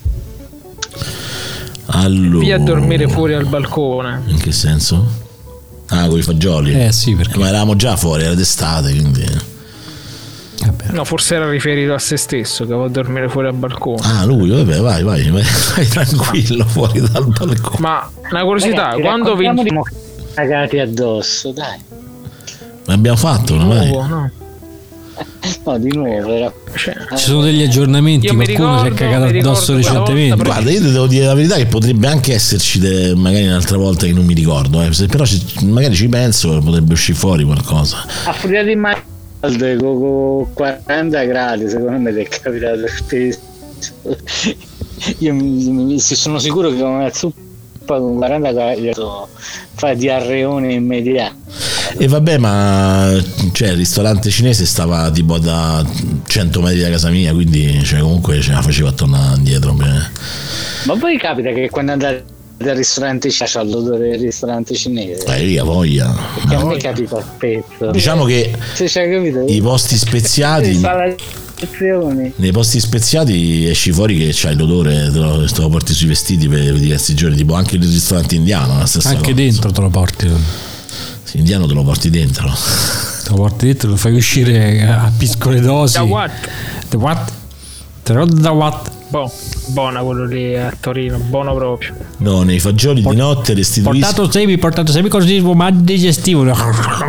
Allora, via a dormire fuori al balcone. In che senso? Ah, con i fagioli? Eh sì, perché. Ma eravamo già fuori, era d'estate, quindi. Vabbè. No, forse era riferito a se stesso, che va a dormire fuori al balcone. Ah, lui, vabbè, vai, vai, vai, vai tranquillo fuori dal balcone. Ma una curiosità, ragazzi, quando vinci cagati addosso, dai. L'abbiamo fatto, di ormai. nuovo, no? No, di nuovo era... cioè, ci sono degli aggiornamenti, qualcuno ricordo, si è cagato addosso recentemente. Volta, guarda, io ti devo dire la verità che potrebbe anche esserci de, magari un'altra volta che non mi ricordo, eh. Però ci, magari ci penso, potrebbe uscire fuori qualcosa. A furia di mai con quaranta gradi, secondo me ti è capitato spesso. Io mi, mi, sono sicuro che con una zuppa con quaranta gradi fa diarreone immediato. E vabbè, ma cioè, il ristorante cinese stava tipo da cento metri da casa mia, quindi cioè, comunque ce la facevo a tornare indietro. Beh. Ma poi capita che quando andate al ristorante c'è l'odore del ristorante cinese? Eh, via voglia. Che a me capita spesso. Diciamo che i posti speziati, nei posti speziati esci fuori che c'hai l'odore, te lo, te lo porti sui vestiti per diversi giorni, tipo anche il ristorante indiano, la stessa anche cosa. Dentro te lo porti. Sì, indiano te lo porti dentro. Te lo porti dentro, lo fai uscire a piccole dosi. Da what? The what? The what? Boh, buona quello lì a Torino, buono proprio. No, nei fagioli Port- di notte restituiscono. Portato semi, portato semi così, ma digestivo. I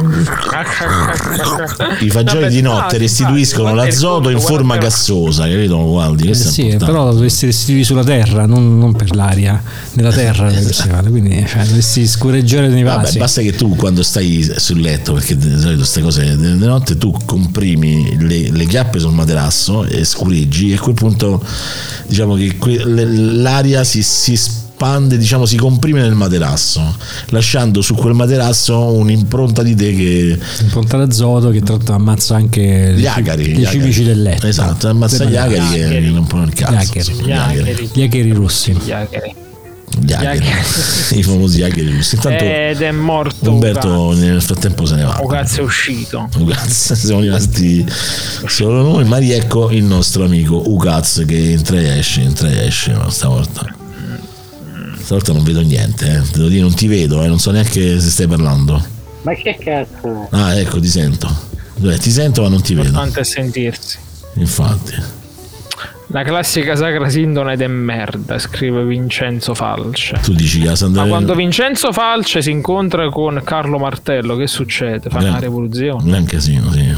fagioli no, di notte ah, restituiscono l'azoto in forma gassosa, capito? Guardi, eh sì, però lo dovresti restituire sulla terra, non, non per l'aria, nella terra. Esatto. Quindi cioè, dovresti scureggiare nei vasi. Vabbè, basta che tu quando stai sul letto, perché di solito queste cose di notte, tu comprimi le, le chiappe sul materasso e scureggi, e a quel punto diciamo che que- l'aria si, si espande, diciamo si comprime nel materasso, lasciando su quel materasso un'impronta di te che impronta d'azoto che tra l'altro ammazza anche gli acari, gli cimici del letto. Esatto, ammazza gli acari, gli acari che non può il cazzo. Gli acari, gli acari russi. Gli acari. Gli acari. I famosi acari russi. Intanto ed è morto Umberto Ugaz. Nel frattempo se ne va. Ugaz è uscito. Ugaz, siamo rimasti solo noi, ma riecco il nostro amico Ugaz che entra e esce, entra e esce, ma stavolta stavolta non vedo niente, eh. Devo dire, non ti vedo, eh. Non so neanche se stai parlando. Ma che cazzo? Ah, ecco, ti sento. Beh, ti sento ma non ti vedo. L'importante è sentirsi. Infatti. La classica sacra sindone de merda, scrive Vincenzo Falce. Tu dici che andare... Ma quando Vincenzo Falce si incontra con Carlo Martello, che succede? Fa Gran... una rivoluzione. Un casino, sì.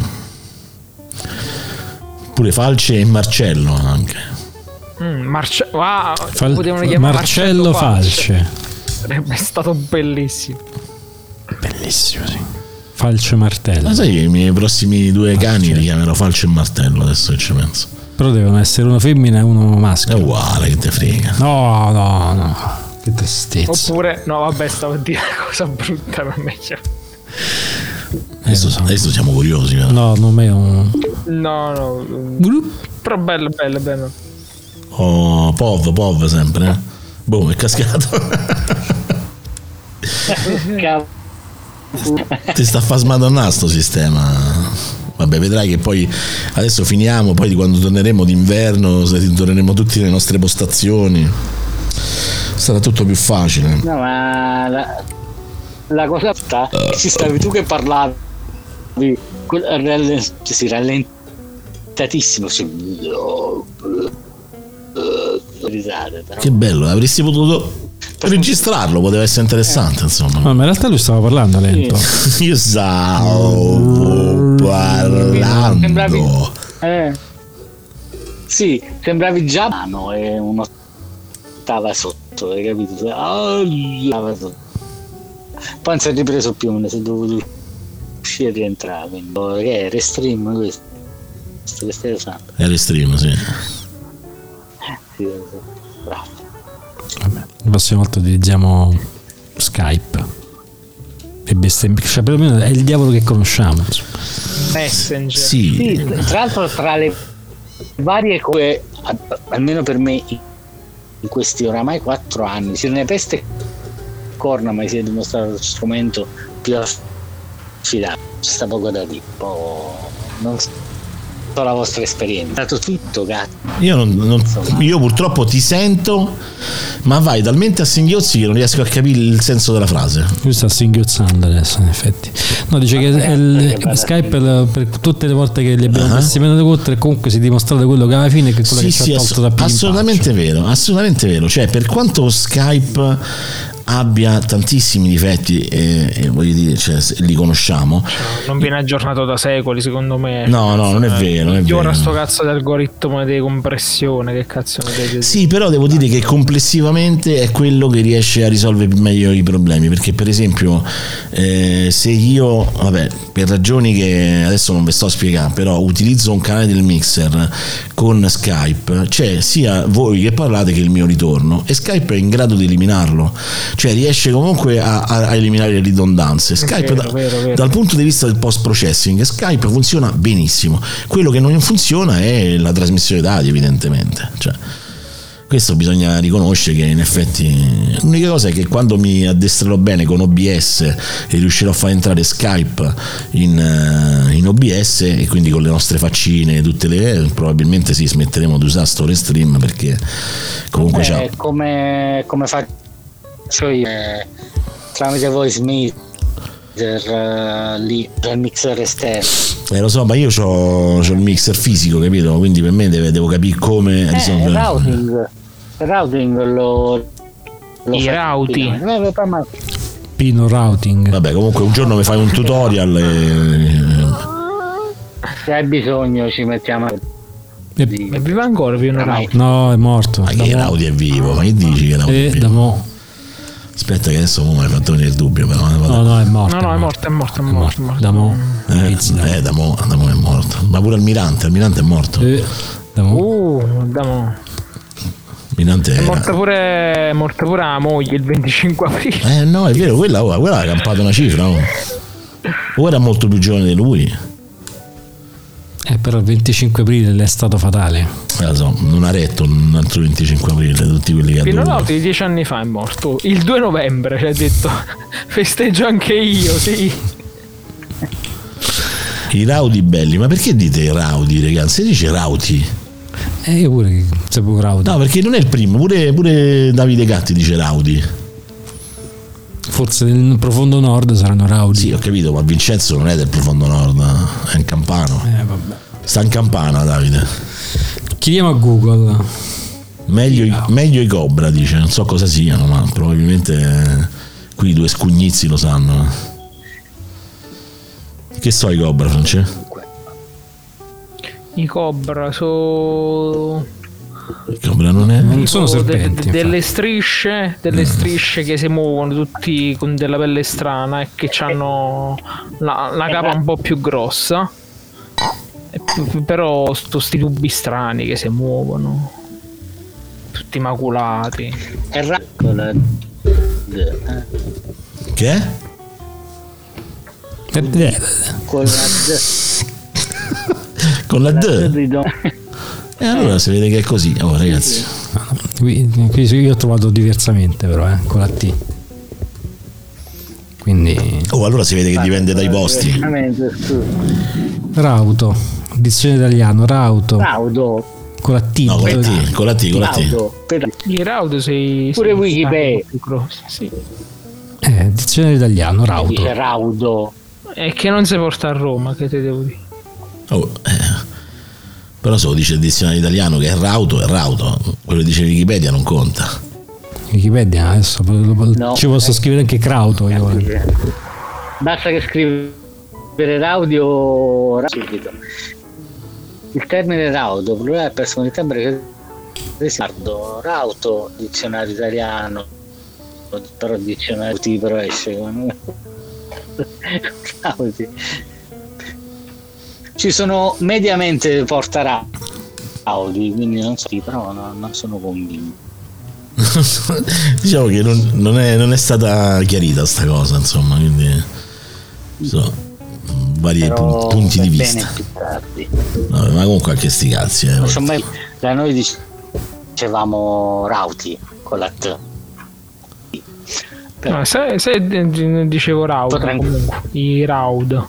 Pure Falce e Marcello anche. Mm, Marce... wow, Fal... Marcello, Marcello Falce. Falce. Sarebbe stato bellissimo. Bellissimo, sì. Falce Martello. Ma sai che i miei prossimi due Falce. Cani li chiamerò Falce e Martello, adesso che ci penso. Però devono essere uno femmina e uno maschio. È uguale, che te frega. No, no, no. Che tristezza. Oppure, no, vabbè, stavo a dire una cosa brutta, ma meglio. Adesso, so. adesso siamo curiosi. Però. No, non è un... No, no. Però bello, bello, bello. Oh, Pov, Pov sempre, eh? Boh, è cascato. Ti sta a far smadonnare sto sistema. Vabbè, vedrai che poi adesso finiamo, poi quando torneremo d'inverno, torneremo tutti nelle nostre postazioni, sarà tutto più facile. No, ma la, la cosa sta uh, ci stavi tu che parlavi sì, rallentatissimo, sì. Risate, che bello, avresti potuto registrarlo, poteva essere interessante, insomma. No, ma in realtà lui stava parlando lento. Sì. Io stavo parlando. Sembravi, eh, sì, sembravi già mano e uno stava sotto, hai capito? Oh, stava sotto. Poi non si è ripreso più, me ne sono dovuto uscire e rientrare. Quindi, che è Restream questo? Questo che stai usando? È Restream, sì. Sì, bravo. Vabbè, la prossima volta utilizziamo Skype e bestemmia, cioè perlomeno è il diavolo che conosciamo. Messenger. Sì. Sì, tra l'altro tra le varie cose, almeno per me in questi oramai quattro anni, se ne peste corna mai si è dimostrato lo strumento più affidato. C'è sta poco da dire, non so la vostra esperienza, è stato tutto gatto. Io, non, non, io purtroppo ti sento, ma vai talmente a singhiozzi che non riesco a capire il senso della frase. Lui sta singhiozzando adesso, in effetti. No, dice che è il, il Skype per tutte le volte che li abbiamo messi uh-huh. meno contro, comunque si è dimostrato quello che alla fine che quello sì, che sì, ci ha tolto da più assolutamente vero, assolutamente vero. Cioè, per quanto Skype abbia tantissimi difetti e, e voglio dire, cioè, li conosciamo, non viene aggiornato da secoli, secondo me. No, no, non è vero, non è vero. Ora sto cazzo di algoritmo di compressione, che cazzo ne vedi? Sì, però devo dire che complessivamente è quello che riesce a risolvere meglio i problemi, perché per esempio eh, se io, vabbè, per ragioni che adesso non vi sto a spiegare, però utilizzo un canale del mixer con Skype, c'è sia voi che parlate che il mio ritorno, e Skype è in grado di eliminarlo, cioè riesce comunque a, a eliminare le ridondanze. Skype vero, da, vero, vero. dal punto di vista del post processing Skype funziona benissimo. Quello che non funziona è la trasmissione dati, evidentemente, cioè, questo bisogna riconoscere che in effetti l'unica cosa è che quando mi addestrerò bene con O B S e riuscirò a far entrare Skype in, in O B S, e quindi con le nostre faccine tutte le, probabilmente sì, smetteremo di usare sto Restream, perché comunque c'ha... come, come faccio io eh, tramite voice meter uh, lì, il mixer esterno. Eh lo so, ma io c'ho, c'ho il mixer fisico, capito? Quindi per me deve, devo capire come eh, risolvere. Il routing, il routing lo, lo I rauti. Pino routing. Vabbè, comunque un giorno mi fai un tutorial e... Se hai bisogno ci mettiamo. E, È vivo ancora Pino Rauti? no, è morto. Ma che Raudi è vivo? Ma che dici che Raudi è Eh, vivo? da mo. Aspetta che adesso mi hai fatto venire il dubbio però. No, no, è morto. No, no, è morto, è morto, è morto. È morto. Da mo. Eh, Pizzi, da mo. eh, da mo, da mo è morto. Ma pure Almirante, Almirante è morto. Eh, da mo. Uh, da mo. Almirante È era... morta pure, è morta pure la moglie il venticinque aprile. Eh no, è vero, quella, oh, quella ha campato una cifra, no? O era molto più giovane di lui. Eh, però il venticinque aprile è stato fatale. Eh, lo so, non ha retto un altro venticinque aprile, tutti quelli che ha Pino dovuto. Rauti dieci anni fa è morto. Il due novembre ci ha detto festeggio anche io, sì. I Raudi belli, ma perché dite Raudi, ragazzi? Si dice Rauti? Eh, io pure sapevo Rauti. No, perché non è il primo, pure, pure Davide Gatti dice Raudi. Forse nel profondo nord saranno Rauti. Sì, ho capito, ma Vincenzo non è del profondo nord, è in Campano. Eh, vabbè. Sta in Campana, Davide. Chiediamo a Google. Meglio, i- meglio i Cobra, dice, non so cosa siano, ma probabilmente eh, qui i due scugnizzi lo sanno. Che so i Cobra, Francesco? I Cobra sono Il Cobra non è... Non sono tipo de- serpenti, de- delle infatti. strisce, delle strisce che si muovono tutti con della pelle strana e che hanno la, la capa un po' più grossa. E p- però sto sti tubi strani che si muovono, tutti maculati. È raccola. Eh, Che è? Eh, eh, con la D. Con la La D? D di Don- E allora si vede che è così. Oh ragazzi, qui, qui io ho trovato diversamente, però, eh, con la T. Quindi oh allora si vede che dipende dai posti. Veramente, scusa. Rauto, dizione italiano, Rauto, Raudo. con la T. No, con la dove- T, con la T, con la T. Raudo. Per- I Raudo sei Pure sei- Wikipedia. più grossi, sì. Eh, dizione italiano, Rauto. Dice Raudo. E che non si porta a Roma, che te devo dire. Oh, eh. Però se lo dice il dizionario italiano che è rauto, è rauto. Quello che dice Wikipedia non conta. Wikipedia, adesso No. ci posso scrivere anche Crauto. Io. Basta che scrivere Raudio subito. Il termine Raudo, plurale personalità breve, Raudo, Rauto, dizionario italiano, però dizionario tipo esce con Rauti. Ci sono mediamente porta Raudi, quindi non so, però no, non sono convinto. Diciamo che non, non, è, non è stata chiarita sta cosa, insomma, quindi so, vari Però pun- punti di va vista. bene più tardi. No, ma comunque anche sti cazzi, eh. Non so mai- da noi dicevamo Rauti con la T. Però- No, se, se dicevo Raudo, Potremmo- comunque i Raud.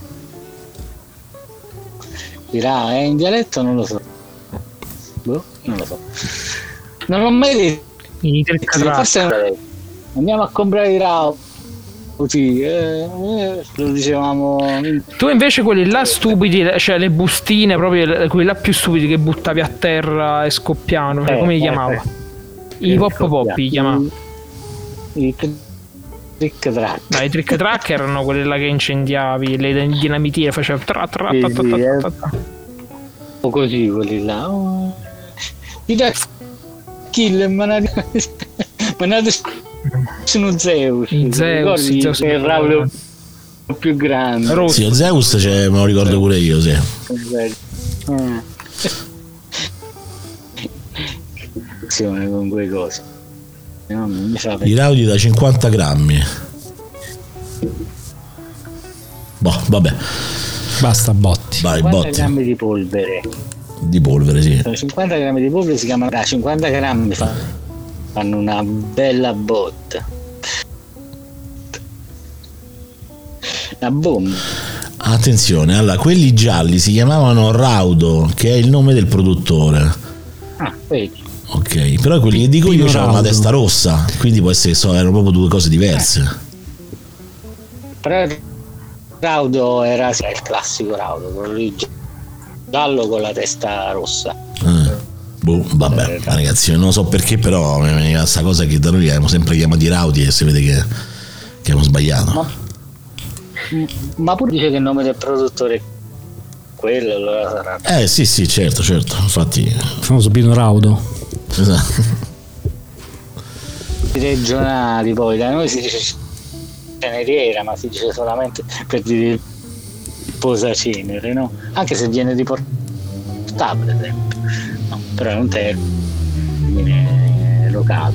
Dirà, è in dialetto? Non lo so. Boh, non lo so. Non l'ho mai detto. I trick-track. Forse non andiamo a comprare i Rauti. Eh, eh, lo dicevamo. Tu invece quelli là stupidi, cioè le bustine proprio, quelli là più stupidi che buttavi a terra e scoppiano, cioè, Eh, come li eh, chiamava? eh. I pop poppi li chiamava. I trick track. No, i trick track erano quelli là che incendiavi, le dinamitine faceva tra tra tra Sì, tra sì, tra eh. tra tra. O così quelli là. Oh. I da kill manate manate sono Zeus. I Zeus, Ricordi i Zeus che il Raudo più grande. Rossi. Sì, o Zeus cioè, me lo ricordo pure io, sì. Eh. Azione con quelle cose. No, non mi fa I Raudi da cinquanta grammi. Boh, vabbè, Basta botti. vai, cinquanta botti. grammi di polvere. Di polvere, sì. cinquanta grammi di polvere si chiamano da cinquanta grammi fa- fanno una bella botta. Una bomba. Attenzione, allora, quelli gialli si chiamavano Raudo, che è il nome del produttore. Ah, vedi. Ok, però quelli che dico io Pino c'hanno una Raudo. testa rossa, quindi può essere che so, erano proprio due cose diverse. Però raudo era il classico raudo, quello lì giallo con la testa rossa. Eh, boh, vabbè, ragazzi, non so perché, però mi veniva questa cosa che da noi li abbiamo sempre chiamati rauti e si vede che, che abbiamo sbagliato. Ma, ma pure dice che il nome del produttore è quello, allora sarà. Eh sì, sì, certo, certo. Infatti. Il famoso Pino Raudo. Esatto. I regionali, poi da noi si dice ceneriera, ma si dice solamente per dire posacenere, no? Anche se viene riportato, per esempio, no, però è un termine locale.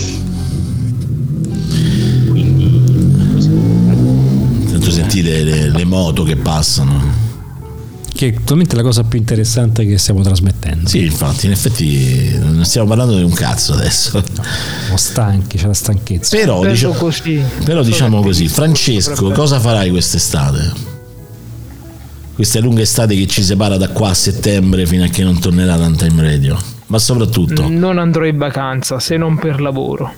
Quindi così. Tanto sentite le, le moto che passano. Che è attualmente la cosa più interessante che stiamo trasmettendo. Sì, infatti, in effetti non stiamo parlando di un cazzo adesso. Siamo stanchi, c'è la stanchezza. Però, dicio, così. però diciamo così, Francesco, cosa farai quest'estate? Questa lunga estate che ci separa da qua a settembre fino a che non tornerà Runtime Radio. Ma soprattutto Non andrò in vacanza se non per lavoro.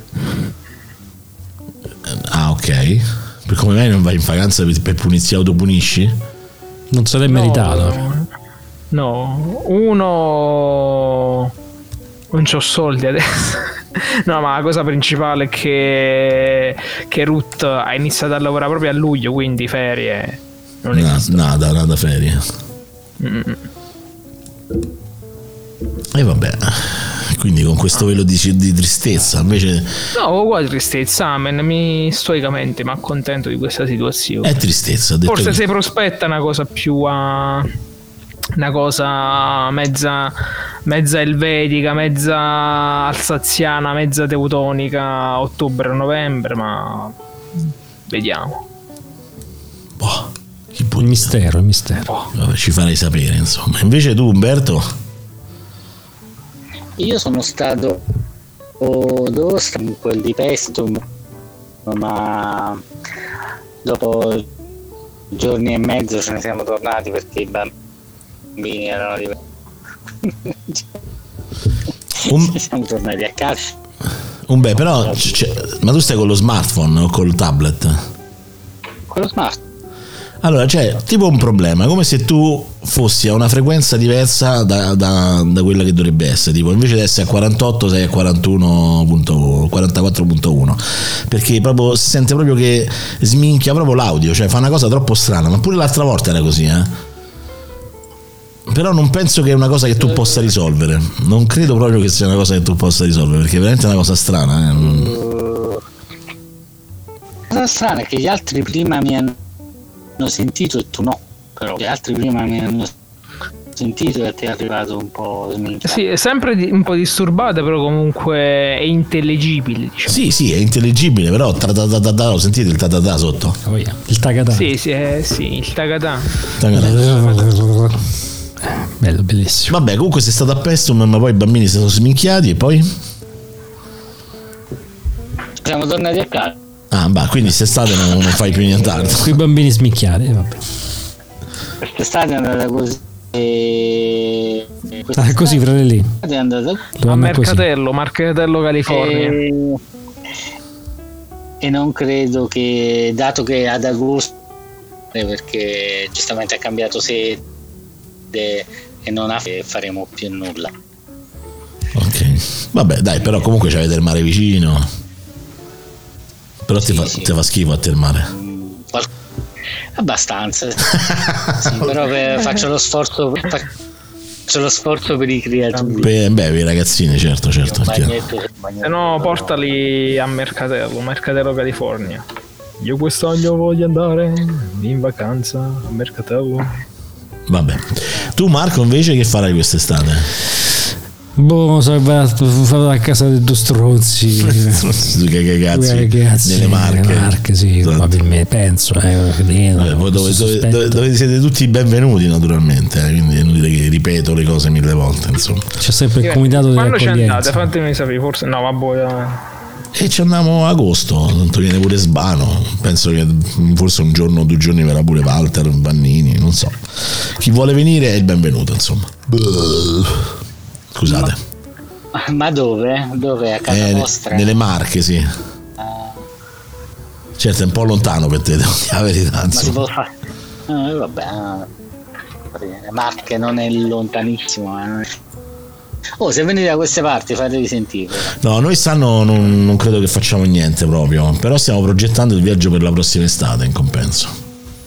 Ah, ok. Per come mai non vai in vacanza per, per punizi autopunisci? Non se l'è meritato. No, uno non c'ho soldi adesso. No, ma la cosa principale è che che Ruth ha iniziato a lavorare proprio a luglio, quindi ferie non Na, esistono. nada, nada ferie. Mm. E vabbè, quindi con questo velo di, di tristezza, invece No, qua tristezza, amen, mi stoicamente mi accontento di questa situazione. è tristezza. Ho detto Forse che- si prospetta una cosa più a una cosa mezza mezza elvetica, mezza alsaziana, mezza teutonica, ottobre-novembre, ma vediamo. boh, chi può Il dire? mistero, il mistero. Vabbè, ci farai sapere, insomma. Invece tu, Umberto? Io sono stato dove sta in quel di Pestum, ma dopo giorni e mezzo ce ne siamo tornati perché i bambini erano arrivati. Um- Siamo tornati a casa. Umbe, però, c- c- ma tu stai con lo smartphone o col tablet? Con lo smart. Allora, c'è tipo un problema, come se tu fossi a una frequenza diversa da, da, da quella che dovrebbe essere, tipo invece di essere a quarantotto sei a quarantuno quarantaquattro virgola uno, perché proprio si sente proprio che sminchia proprio l'audio, cioè fa una cosa troppo strana, ma pure l'altra volta era così, eh? Però non penso che è una cosa che tu possa risolvere, non credo proprio che sia una cosa che tu possa risolvere, perché è veramente una cosa strana, eh? La cosa strana è che gli altri prima mi hanno sentito e tu no, però gli altri prima mi hanno sentito e ti è arrivato un po' sminchiato. Sì, è sempre di- un po' disturbata, però comunque è intellegibile, diciamo. Sì, sì, è intelligibile, però tra ta ta ta ta, lo sentite il ta ta ta sotto? Oh, yeah. Il tagatà. Sì, sì, eh, sì, il tagatà. Bello, bellissimo. Vabbè, comunque sei stato a Pestum, ma poi i bambini si sono sminchiati e poi? Siamo tornati a casa. Ah, bah, quindi quest'estate non, non fai più nient'altro. Quei bambini smicchiati, eh, vabbè. Quest'estate è andata così. E... Ah, così, fratelli. è andata A Dov'anna così? Mercatello, Mercatello, California. e... e non credo che, dato che ad agosto, perché giustamente ha cambiato sede e non ha, faremo più nulla. Ok. Vabbè, dai, però comunque c'avete il mare vicino. Però ti Sì, fa, sì. ti fa schifo a te il mare. Qual- abbastanza. Sì, però per- faccio lo sforzo faccio lo sforzo per i creativi. Beh, beh, per i ragazzini, certo, certo. Un è chiaro. bagnetto, un bagnetto. Se no, portali a Mercatello, Mercatello, California. Io quest'anno voglio andare in vacanza a Mercatello. Vabbè. Tu, Marco, invece, che farai quest'estate? Boh, sono fatto a casa dei due stronzi. che, che cazzi, Eh, cazzi, nelle Marche. nelle Marche, sì, Esatto. probabilmente, penso. Eh, credo, Vabbè, voi dove, questo dove, sospetto. dove- dove siete tutti benvenuti, naturalmente. eh, quindi è inutile che ripeto le cose mille volte, insomma. C'è sempre il comitato Quando ci andate? dell'accoglienza. Fatemi sapere, forse no, vabbè. eh. E ci andiamo a agosto, tanto viene pure Sbano. Penso che forse un giorno o due giorni verrà pure Walter, Vannini, non so. Chi vuole venire è il benvenuto, insomma. Scusate. Ma dove? Dove? A casa Eh, vostra? nelle Marche, sì. Certo, è un po' lontano per te, devo dire la verità. Ma si Insomma. può, fa- Eh, vabbè, Marche non è lontanissimo, ma non è... Oh, se venite da queste parti fatevi sentire. No, noi stanno non, non credo che facciamo niente proprio, però stiamo progettando il viaggio per la prossima estate in compenso.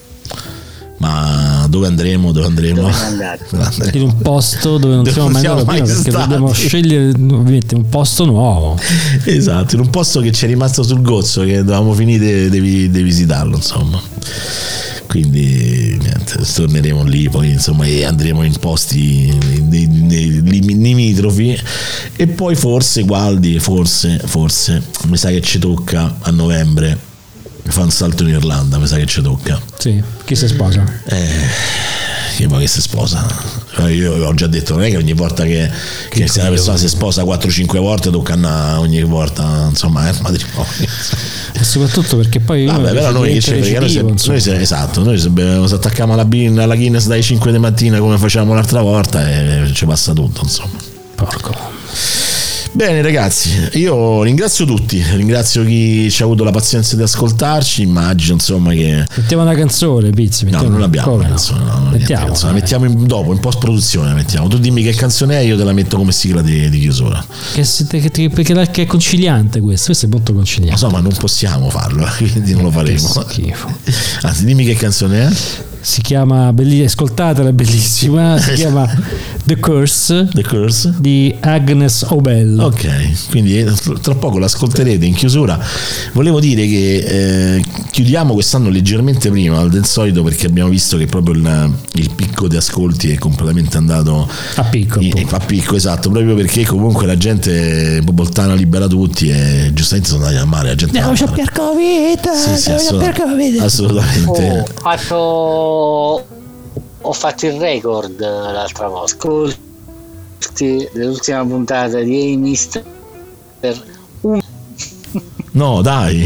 Ma dove andremo? Dove andremo? Dove andate? In un posto dove non, dove siamo mai andati prima, perché stati. Dobbiamo scegliere ovviamente un posto nuovo. Esatto, in un posto che ci è rimasto sul gozzo, che dovevamo finire di, di visitarlo, insomma. Quindi niente, torneremo lì poi, insomma, e andremo in posti nei, nei, nei limitrofi, e poi forse Gualdi, forse, forse mi sa che ci tocca a novembre fa un salto in Irlanda, mi sa che ci tocca. Sì, chi si sposa? Eh, che poi che si sposa? Io ho già detto, non è che ogni volta che, che, che se una persona si sposa quattro cinque volte tocca andare ogni volta, insomma, è il matrimonio. E soprattutto perché poi vabbè, però noi che ci frega, noi, se, noi se, esatto, noi se, se attacchiamo alla, alla Guinness dai cinque di mattina come facciamo l'altra volta e ci passa tutto, insomma. Porco. Bene ragazzi, io ringrazio tutti, ringrazio chi ci ha avuto la pazienza di ascoltarci, immagino insomma che... Mettiamo una canzone, Pizzi, no, non l'abbiamo una canzone, no, non mettiamo, canzone. La mettiamo in, dopo, in post produzione la mettiamo. Tu dimmi che canzone è, io te la metto come sigla di, di chiusura. Che, che, che, che, che è conciliante questo, questo è molto conciliante. Insomma, non possiamo farlo, quindi non lo faremo. Che schifo. Anzi, dimmi che canzone è. Si chiama, belli, ascoltatela, bellissima, si chiama The Curse, The Curse di Agnes Obel. Ok, quindi tra poco l'ascolterete in chiusura. Volevo dire che eh, chiudiamo quest'anno leggermente prima del solito, perché abbiamo visto che proprio il, il picco di ascolti è completamente andato a picco, in, a picco, esatto, proprio perché comunque la gente Boltana libera tutti e giustamente sono andati al mare, la gente andiamo a per Covid, sì, sì, assolut- per COVID. Assolutamente. Oh, fatto ho fatto il record l'altra volta, ascolti dell'ultima puntata di A-Mister per un... no dai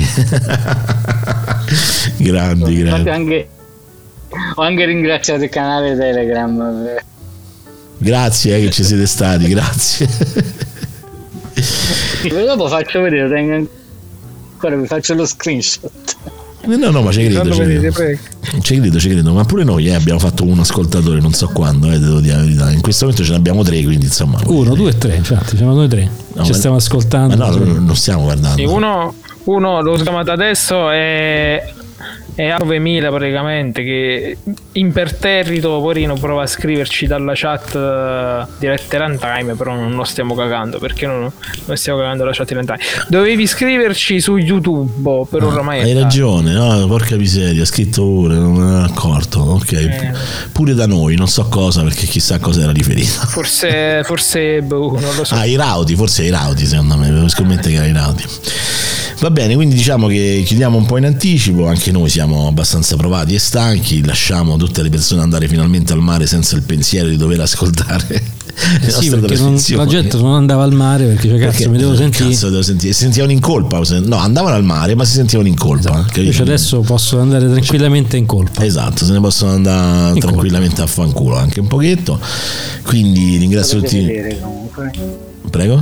grandi grandi anche, ho anche ringraziato il canale Telegram, grazie eh, che ci siete stati, grazie. Dopo faccio vedere, tengo ancora, vi faccio lo screenshot. No, no, ma ci credo, ci credo. ci credo, ci credo, ma pure noi eh, abbiamo fatto un ascoltatore non so quando, eh, devo dire la verità. In questo momento ce ne abbiamo tre, quindi insomma. Uno, due e tre, infatti, siamo noi tre. No, ci ma, stiamo ascoltando. Ma no, non, non stiamo guardando. Sì, uno, uno l'ho chiamato adesso e è a novemila praticamente, che imperterrito poverino prova a scriverci dalla chat uh, di Letter Runtime, però non lo stiamo cagando, perché non, non stiamo cagando la chat di Runtime. Dovevi scriverci su YouTube, per ah, oramai hai ragione, no, porca miseria, ha scritto pure, non me ne ero accorto. Ok, eh. Pure da noi, non so cosa, perché chissà cosa era riferito. Forse forse boh, non lo so. Ah, i Rauti, forse i Rauti, secondo me, devo scommettere che era i Rauti. Va bene, quindi diciamo che chiudiamo un po' in anticipo, anche noi siamo abbastanza provati e stanchi, lasciamo tutte le persone andare finalmente al mare senza il pensiero di dover ascoltare le sì, nostre perché non, la gente non andava al mare perché cioè, cazzo, perché, mi devo sentire. Cazzo, devo sentire. Si sentivano in colpa, no, andavano al mare ma si sentivano in colpa. Esatto. Invece adesso possono andare tranquillamente in colpa. Esatto, se ne possono andare in tranquillamente colpa. A fanculo anche un pochetto. Quindi ringrazio tutti. Vedere, comunque. Prego.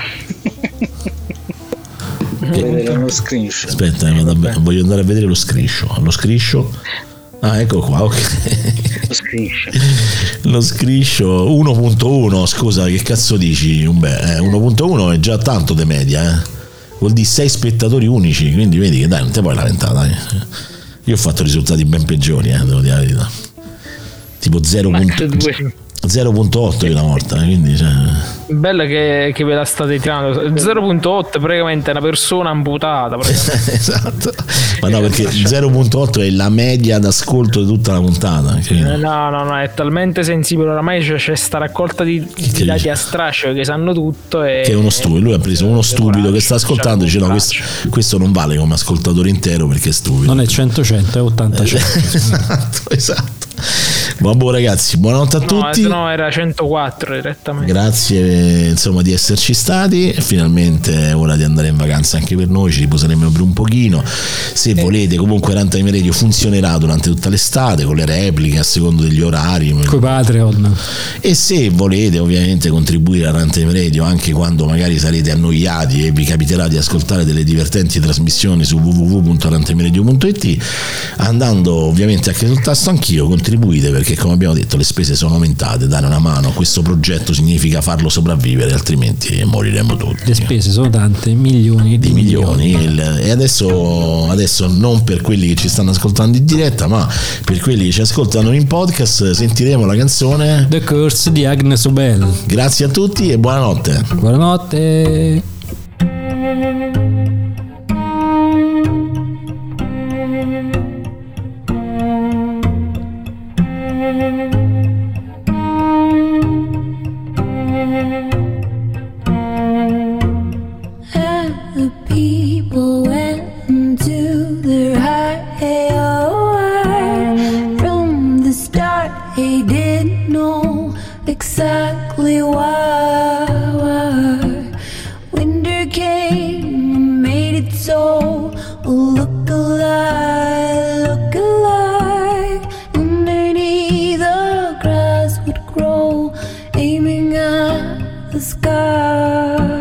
Vedere uno screenshot. Aspetta, eh, voglio andare a vedere lo screenshot. Lo screenshot. Ah, ecco qua, ok. Lo screenshot. Lo screenshot uno punto uno, scusa, che cazzo dici? Beh, eh, uno punto uno è già tanto de media, eh. Vuol dire sei spettatori unici, quindi vedi che dai, non te puoi lamentare, dai. Io ho fatto risultati ben peggiori, eh, devo dire la verità. Tipo zero punto otto di una volta, quindi cioè... bella che, che ve la state tirando. Zero punto otto è praticamente una persona amputata. Esatto, ma no, perché zero punto otto è la media d'ascolto di tutta la puntata. Che... no no no, è talmente sensibile oramai, c'è, c'è sta raccolta di, di dati a strascico che sanno tutto e... che è uno stupido, lui ha preso uno stupido che sta ascoltando e dice no, questo, questo non vale come ascoltatore intero perché è stupido, non è cento cento, è ottanta cento. Esatto, esatto. Vabbè ragazzi, buonanotte a No, tutti. se no era centoquattro direttamente. Grazie insomma di esserci stati. Finalmente è ora di andare in vacanza anche per noi, ci riposeremo per un pochino. Se eh. volete, comunque Runtime Radio funzionerà durante tutta l'estate con le repliche a secondo degli orari, coi Patreon. E se volete ovviamente contribuire a Runtime Radio anche quando magari sarete annoiati e vi capiterà di ascoltare delle divertenti trasmissioni su w w w punto runtime radio punto i t, andando ovviamente anche sul tasto anch'io, contribuite, perché come abbiamo detto le spese sono aumentate. Dare una mano a questo progetto significa farlo sopravvivere, altrimenti moriremo tutti. Le spese sono tante, milioni di di milioni, milioni. E adesso, adesso non per quelli che ci stanno ascoltando in diretta, ma per quelli che ci ascoltano in podcast, sentiremo la canzone The Curse di Agnes Obel. Grazie a tutti e buonanotte. Buonanotte. Exactly why, why winter came and made it so. Look alive, look alive. Underneath the grass would grow, aiming at the sky.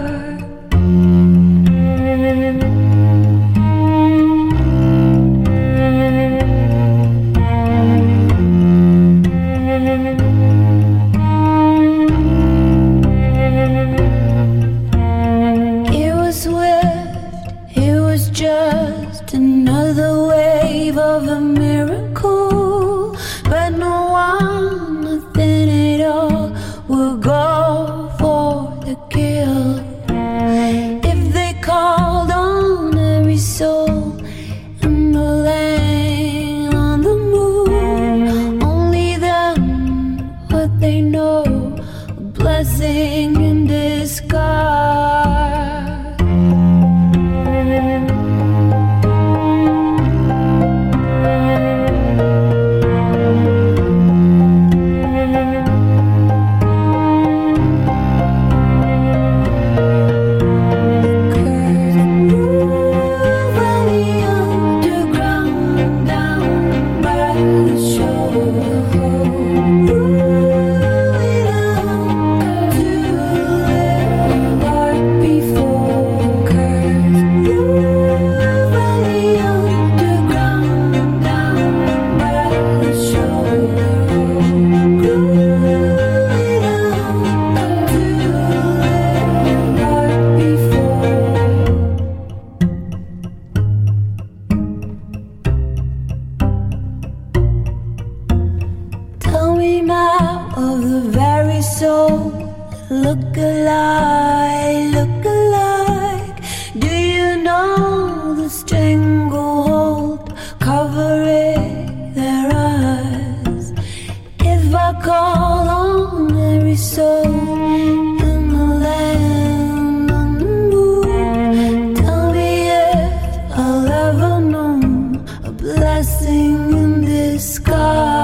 Just another wave of a miracle, but no one, nothing at all, will go for the kill. If they called on every soul in the land, on the moon, only then would they know a blessing in disguise. Look alike, look alike. Do you know the stranglehold covering their eyes? If I call on every soul in the land, on the moon, tell me if I'll ever know a blessing in this sky.